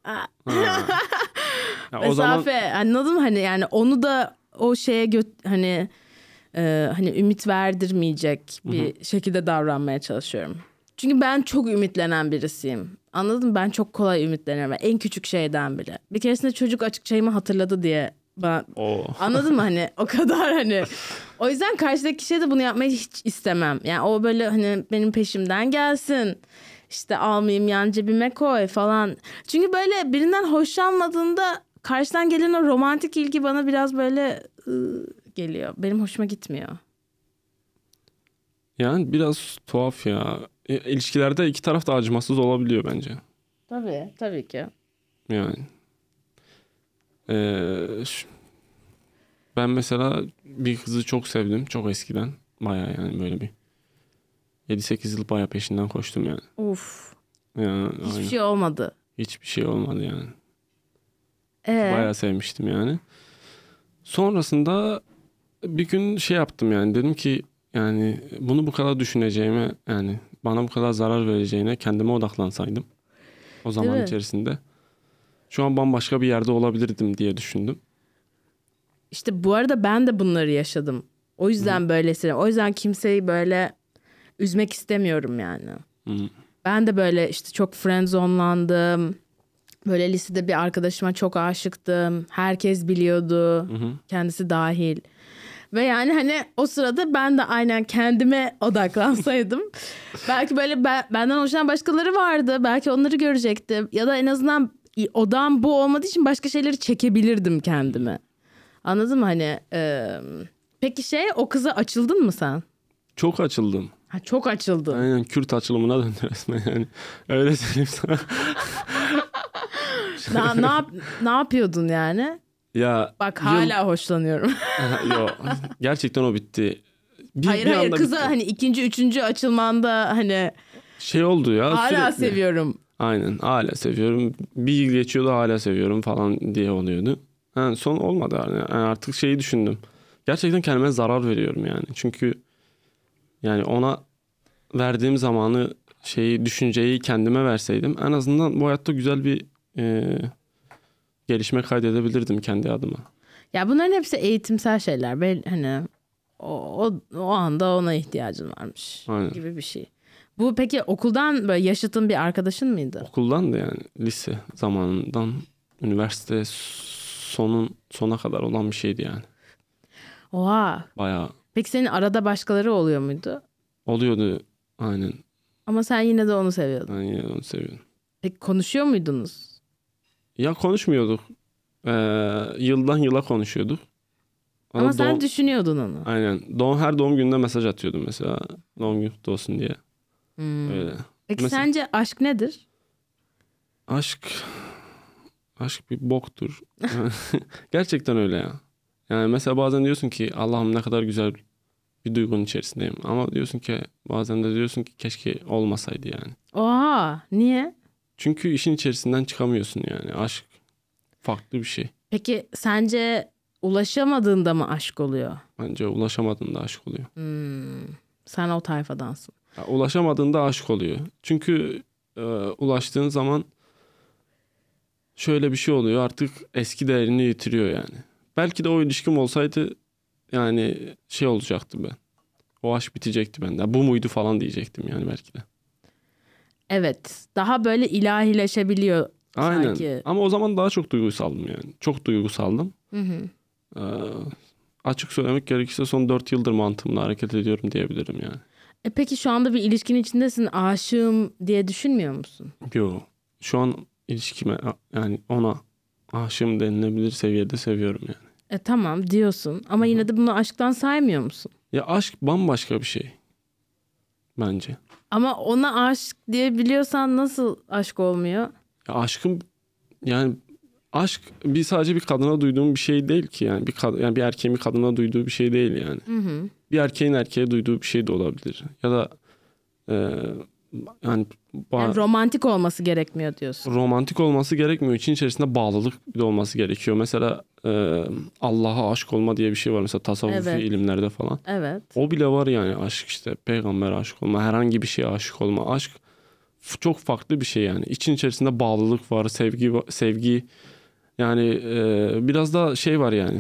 Ya o zaman mesafe anladın mı hani yani onu da o şeye hani hani ümit verdirmeyecek bir şekilde davranmaya çalışıyorum. Çünkü ben çok ümitlenen birisiyim. Anladın mı? Ben çok kolay ümitleniyorum. En küçük şeyden bile. Bir keresinde çocuk açık çayımı hatırladı diye bana... Anladın mı hani o kadar hani. O yüzden karşıdaki kişiye de bunu yapmayı hiç istemem. Yani o böyle hani benim peşimden gelsin. İşte almayayım yan cebime koy falan. Çünkü böyle birinden hoşlanmadığında karşıdan gelen o romantik ilgi bana biraz böyle geliyor. Benim hoşuma gitmiyor. yani biraz tuhaf ya. İlişkilerde iki taraf da acımasız olabiliyor bence. Tabii ki. Yani. Ben mesela bir kızı çok sevdim. Çok eskiden. Baya yani böyle bir 7-8 yıl baya peşinden koştum yani. Uf. Yani Hiçbir aynen. şey olmadı. Hiçbir şey olmadı yani. Baya sevmiştim yani. Sonrasında bir gün şey yaptım yani. Dedim ki yani bunu bu kadar düşüneceğime yani bana bu kadar zarar vereceğine kendime odaklansaydım. O zaman Değil mi? içerisinde. Şu an bambaşka bir yerde olabilirdim diye düşündüm. İşte bu arada ben de bunları yaşadım. O yüzden böylesine. O yüzden kimseyi böyle üzmek istemiyorum yani. Hı-hı. Ben de böyle işte çok friendzone'landım. Böyle lisede bir arkadaşıma çok aşıktım. Herkes biliyordu. Hı-hı. Kendisi dahil. Ve yani hani o sırada ben de aynen kendime odaklansaydım. Belki böyle benden hoşlanan başkaları vardı. Belki onları görecektim. Ya da en azından odam bu olmadığı için başka şeyleri çekebilirdim kendime. Anladın mı hani? Peki o kıza açıldın mı sen? Çok açıldım. Ha, çok açıldın. Aynen Kürt açılımına döndü resmen yani. Öyle söyleyeyim sana. Ne yapıyordun yani? Ya bak hala hoşlanıyorum. Yok gerçekten o bitti. Hayır kıza bitti. hani ikinci, üçüncü açılmanda hani şey oldu ya. hala sürekli. seviyorum. Aynen hala seviyorum. Bir yıl geçiyordu hala seviyorum falan diye oluyordu. Yani son olmadı yani. Artık şeyi düşündüm. Gerçekten kendime zarar veriyorum yani. Çünkü yani ona verdiğim zamanı düşünceyi kendime verseydim en azından bu hayatta güzel bir gelişme kaydedebilirdim kendi adıma. Ya bunların hepsi eğitimsel şeyler. Ben hani o anda ona ihtiyacın varmış. Aynen. Gibi bir şey. Bu peki okuldan böyle yaşıtın bir arkadaşın mıydı? Okuldan da yani lise zamanından üniversite sona kadar olan bir şeydi yani. Oha. Bayağı. Peki senin arada başkaları oluyor muydu? Oluyordu aynen. Ama sen yine de onu seviyordun. Ben yine onu seviyorum. Peki konuşuyor muydunuz? Ya konuşmuyorduk. Yıldan yıla konuşuyorduk. Ama sen düşünüyordun onu. Aynen. Her doğum gününde mesaj atıyordum mesela. Doğum günü kutlu olsun diye. Öyle. Peki Mesela, sence aşk nedir? Aşk bir boktur. Gerçekten öyle ya. Yani mesela bazen diyorsun ki Allah'ım ne kadar güzel bir duygunun içerisindeyim. Ama diyorsun ki bazen de diyorsun ki keşke olmasaydı yani. Oha, niye? Çünkü işin içerisinden çıkamıyorsun yani. Aşk farklı bir şey. Peki sence ulaşamadığında mı aşk oluyor? Bence ulaşamadığında aşk oluyor. Sen o tayfadansın. Ya, ulaşamadığında aşk oluyor. Çünkü ulaştığın zaman şöyle bir şey oluyor. Artık eski değerini yitiriyor yani. Belki de o ilişkim olsaydı yani olacaktı ben. O aşk bitecekti bende. Bu muydu falan diyecektim yani belki de. Evet. Daha böyle ilahileşebiliyor Aynen. sanki. Ama o zaman daha çok duygusaldım yani. Çok duygusaldım. Hı. Açık söylemek gerekirse son 4 yıldır mantığımla hareket ediyorum diyebilirim yani. Peki şu anda bir ilişkin içindesin. Aşığım diye düşünmüyor musun? Yok. Şu an ilişkime yani ona aşığım denilebilir seviyede seviyorum yani. Tamam diyorsun ama yine de bunu aşktan saymıyor musun? Ya aşk bambaşka bir şey. Bence. Ama ona aşk diyebiliyorsan nasıl aşk olmuyor? Ya aşkım yani aşk sadece bir kadına duyduğum bir şey değil ki yani bir erkeğin bir kadına duyduğu bir şey değil yani. Hı. Bir erkeğin erkeğe duyduğu bir şey de olabilir. Ya da yani romantik olması gerekmiyor diyorsun. Romantik olması gerekmiyor. İçin içerisinde bağlılık bir de olması gerekiyor. Mesela Allah'a aşık olma diye bir şey var. Mesela tasavvufi ilimlerde falan. Evet. O bile var yani aşk işte. Peygamber aşık olma. Herhangi bir şeye aşık olma. Aşk çok farklı bir şey yani. İçin içerisinde bağlılık var. Sevgi yani biraz da var yani.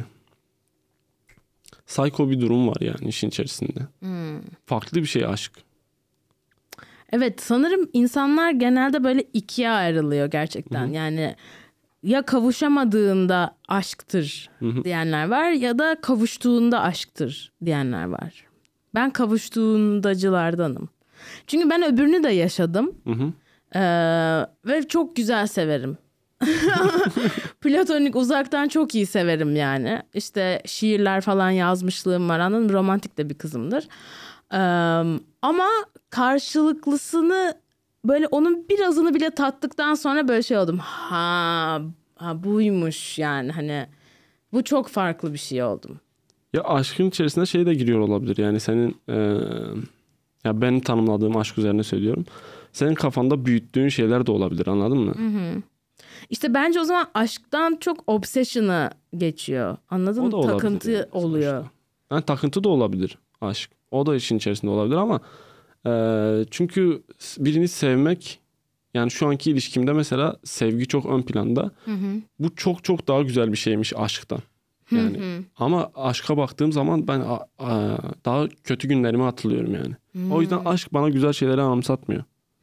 Psycho bir durum var yani işin içerisinde. Farklı bir şey aşk. Evet, sanırım insanlar genelde böyle ikiye ayrılıyor gerçekten. Yani ya kavuşamadığında aşktır diyenler var ya da kavuştuğunda aşktır diyenler var. Ben kavuştuğundacılardanım. Çünkü ben öbürünü de yaşadım. Ve çok güzel severim. Platonik uzaktan çok iyi severim yani. İşte şiirler falan yazmışlığım var, anladın mı? Romantik de bir kızımdır. Ama karşılıklısını böyle onun birazını bile tattıktan sonra böyle oldum. Ha buymuş yani, hani bu çok farklı bir şey oldum. Ya aşkın içerisinde de giriyor olabilir. Yani senin ya benim tanımladığım aşk üzerine söylüyorum. Senin kafanda büyüttüğün şeyler de olabilir, anladın mı? İşte bence o zaman aşktan çok obsession'a geçiyor. Anladın mı? Takıntı yani, oluyor. Sonuçta. Yani takıntı da olabilir aşk. O da işin içerisinde olabilir ama çünkü birini sevmek, yani şu anki ilişkimde mesela sevgi çok ön planda. Bu çok çok daha güzel bir şeymiş aşktan. Yani ama aşka baktığım zaman ben daha kötü günlerimi hatırlıyorum yani. O yüzden aşk bana güzel şeyleri anımsatmıyor.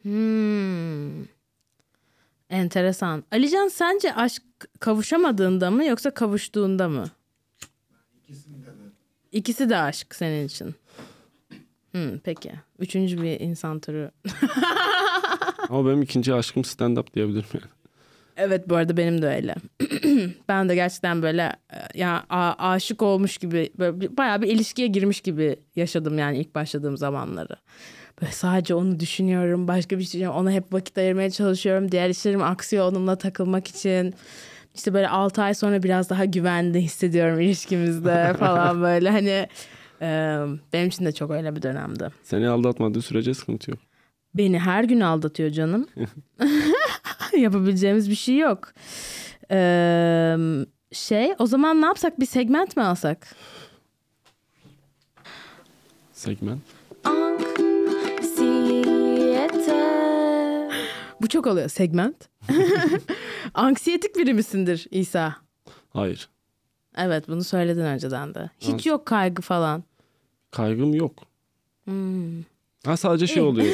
Enteresan. Alican, sence aşk kavuşamadığında mı yoksa kavuştuğunda mı? İkisinde de. İkisi de aşk senin için. Peki. Üçüncü bir insan türü. Ama benim ikinci aşkım stand-up diyebilirim yani. Evet, bu arada benim de öyle. Ben de gerçekten böyle ya aşık olmuş gibi, böyle bayağı bir ilişkiye girmiş gibi yaşadım yani ilk başladığım zamanları. Böyle sadece onu düşünüyorum, başka bir şey, ona hep vakit ayırmaya çalışıyorum. Diğer işlerim aksıyor onunla takılmak için. İşte böyle 6 ay sonra biraz daha güvende hissediyorum ilişkimizde falan böyle hani benim için de çok öyle bir dönemdi. Seni aldatmadığı sürece sıkıntı yok. Beni her gün aldatıyor canım. Yapabileceğimiz bir şey yok. O zaman ne yapsak, bir segment mi alsak? Segment. Anksiyete. Bu çok oluyor segment. Anksiyetik biri misindir İsa? Hayır. Evet, bunu söyledin önceden de. Hiç yok kaygı falan. Kaygım yok. Ha, sadece şey oluyor.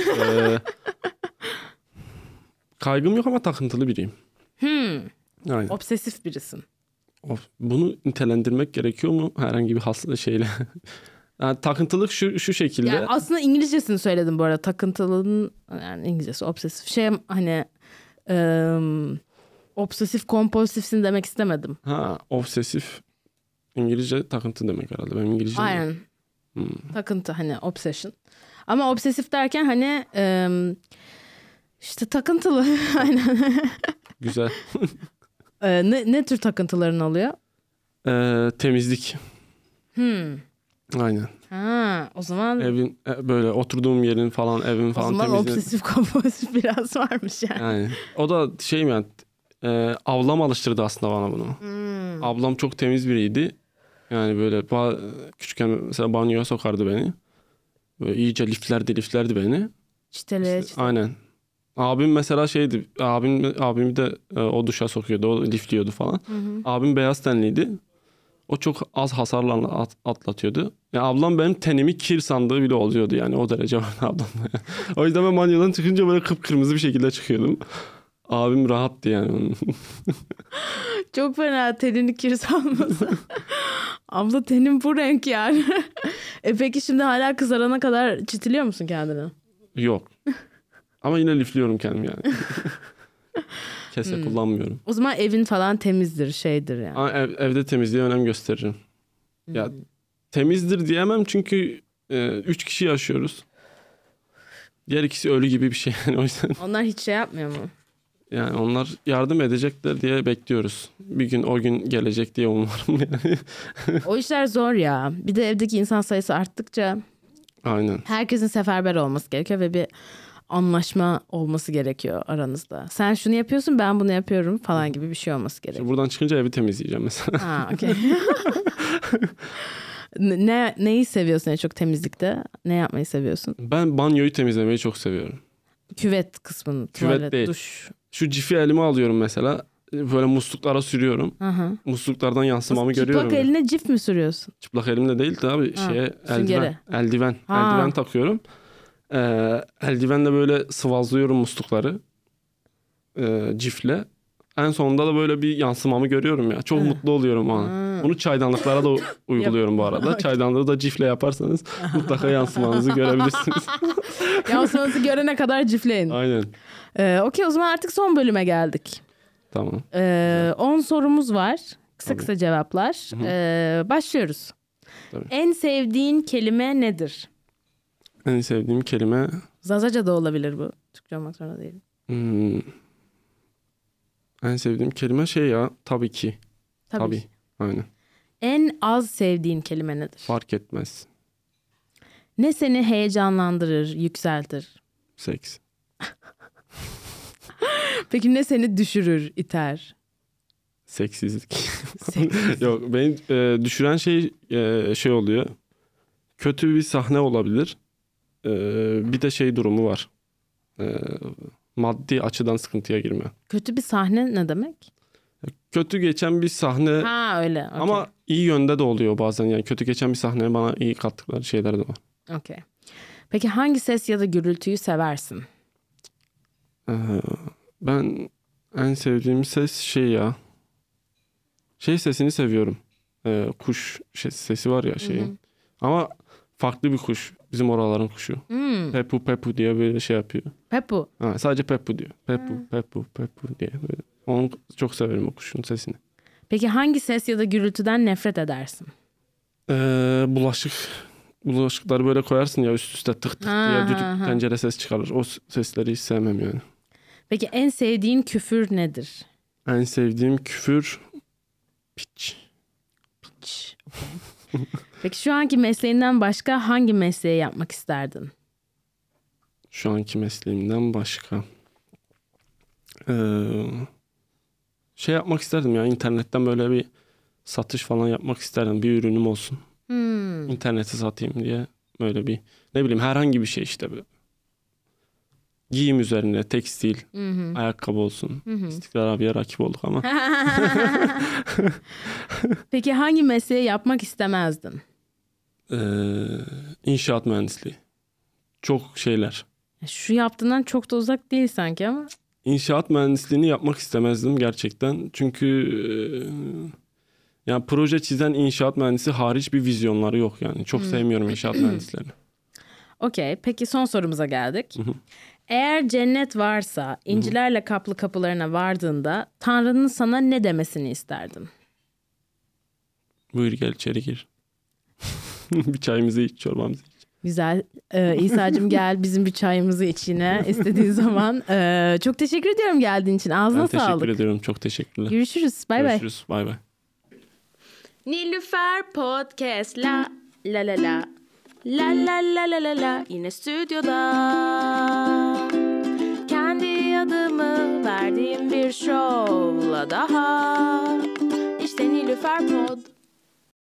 Kaygım yok ama takıntılı biriyim. Aynen. Obsesif birisin. Bunu nitelendirmek gerekiyor mu herhangi bir hasta şeyle? Yani takıntılık şu şekilde. Yani aslında İngilizcesini söyledim bu arada. Takıntılının yani İngilizcesi obsesif. Hani obsesif kompulsifsin demek istemedim. Ha, obsesif. İngilizce takıntı demek herhalde. Benim İngilizce. Aynen. Takıntı, hani obsession. Ama obsesif derken hani işte takıntılı. Aynen. Güzel. Ne tür takıntıların oluyor? Temizlik. Aynen. Ha, o zaman Evin böyle oturduğum yerin falan, evin falan o zaman temizliği. obsesif kompulsif biraz varmış yani. Yani o da şey mi yani, ablam alıştırdı aslında bana bunu. Ablam çok temiz biriydi. Yani böyle küçükken mesela banyoya sokardı beni. Böyle iyice liflerdi beni. Çiteleye. Aynen. Abim mesela şeydi. Abimi de o duşa sokuyordu. O lifliyordu falan. Abim beyaz tenliydi. O çok az hasarlarla atlatıyordu. Yani ablam benim tenimi kir sandığı bile oluyordu yani. O derece vardı ablam. O yüzden ben banyodan çıkınca böyle kıpkırmızı bir şekilde çıkıyordum. Abim rahattı yani. Çok fena, tenini kir salması. Abla, tenin bu renk yani. Peki şimdi hala kızarana kadar çitiliyor musun kendini? Yok. Ama yine lifliyorum kendimi yani. Kese kullanmıyorum. O zaman evin falan temizdir, şeydir yani. Ama evde temizliğe önem gösteririm. Ya temizdir diyemem çünkü 3 kişi yaşıyoruz. Diğer ikisi ölü gibi bir şey yani, o yüzden. Onlar hiç şey yapmıyor mu? Yani onlar yardım edecekler diye bekliyoruz. Bir gün o gün gelecek diye umarım yani. O işler zor ya. Bir de evdeki insan sayısı arttıkça Aynen. herkesin seferber olması gerekiyor ve bir anlaşma olması gerekiyor aranızda. Sen şunu yapıyorsun, ben bunu yapıyorum falan gibi bir şey olması gerekiyor. İşte buradan çıkınca evi temizleyeceğim mesela. Ha, okey. Neyi seviyorsun en çok temizlikte? Ne yapmayı seviyorsun? Ben banyoyu temizlemeyi çok seviyorum. Küvet kısmını, Küvet tuvalet, değil. duş. Şu cifi elime alıyorum mesela. Böyle musluklara sürüyorum. Hı. Musluklardan yansımamı görüyorum. Çıplak eline cif mi sürüyorsun? Çıplak elimle değil de abi süngere. eldiven Ha. takıyorum. Eldivenle böyle sıvazlıyorum muslukları. Cifle. En sonunda da böyle bir yansımamı görüyorum ya. Çok mutlu oluyorum ha. Bunu çaydanlıklara da uyguluyorum bu arada. Çaydanlığı da cifle yaparsanız mutlaka yansımanızı görebilirsiniz. Yansımanızı görene kadar cifleyin. Aynen. Okey, o zaman artık son bölüme geldik. Tamam. 10 sorumuz var. Kısa Tabii. kısa cevaplar. Başlıyoruz. Tabii. En sevdiğin kelime nedir? En sevdiğim kelime... Zazaca da olabilir bu. Türkçe olmak zorunda değil. En sevdiğim kelime şey ya, tabii ki. Tabii. Aynen. En az sevdiğin kelime nedir? Fark etmez. Ne seni heyecanlandırır, yükseltir? Seks. Peki ne seni düşürür, iter? Seksizlik. Yok, beni düşüren şey oluyor. Kötü bir sahne olabilir. Bir de şey durumu var. Maddi açıdan sıkıntıya girme. Kötü bir sahne ne demek? Kötü geçen bir sahne Ha öyle. Okay. ama iyi yönde de oluyor bazen. Yani kötü geçen bir sahneye bana iyi kattıkları şeyler de var. Okay. Peki hangi ses ya da gürültüyü seversin? Ben en sevdiğim ses şey sesini seviyorum. Kuş sesi var ya şeyin. Hı hı. Ama farklı bir kuş. Bizim oraların kuşu. Pepu pepu diye böyle şey yapıyor. Pepu. Ha, sadece pepu diyor. Pepu pepu pepu diye böyle. Onu çok severim, o kuşun sesini. Peki hangi ses ya da gürültüden nefret edersin? Bulaşıkları böyle koyarsın ya üst üste tık tık diye düdük ha. tencere ses çıkarır. O sesleri hiç sevmem yani. Peki en sevdiğin küfür nedir? En sevdiğim küfür piç. Peki şu anki mesleğinden başka hangi mesleği yapmak isterdin? Şu anki mesleğimden başka. Şey yapmak isterdim ya, internetten böyle bir satış falan yapmak isterdim. Bir ürünüm olsun. İnternete satayım diye böyle bir, ne bileyim, herhangi bir şey işte. Böyle. Giyim üzerine, tekstil, ayakkabı olsun. İstiklal abiye rakip olduk ama. Peki hangi mesleği yapmak istemezdin? İnşaat mühendisliği. Çok şeyler. Şu yaptığından çok da uzak değil sanki ama. İnşaat mühendisliğini yapmak istemezdim gerçekten. Çünkü yani proje çizen inşaat mühendisi hariç bir vizyonları yok yani. Çok sevmiyorum inşaat mühendislerini. Okey. Peki son sorumuza geldik. Eğer cennet varsa incilerle kaplı kapılarına vardığında Tanrı'nın sana ne demesini isterdin? Buyur gel içeri gir. Bir çayımızı iç, çorbamızı iç. Güzel. İsa'cığım gel bizim bir çayımızı iç yine istediğin zaman. Çok teşekkür ediyorum geldiğin için. Ağzına Ben sağlık. teşekkür ediyorum. Çok teşekkürler. Görüşürüz. Bay bay. Görüşürüz. Bay bay. Nilüfer Podcast la la la la la la la la la la yine stüdyoda kendi adımı verdiğim bir şovla daha işte Nilüfer Pod.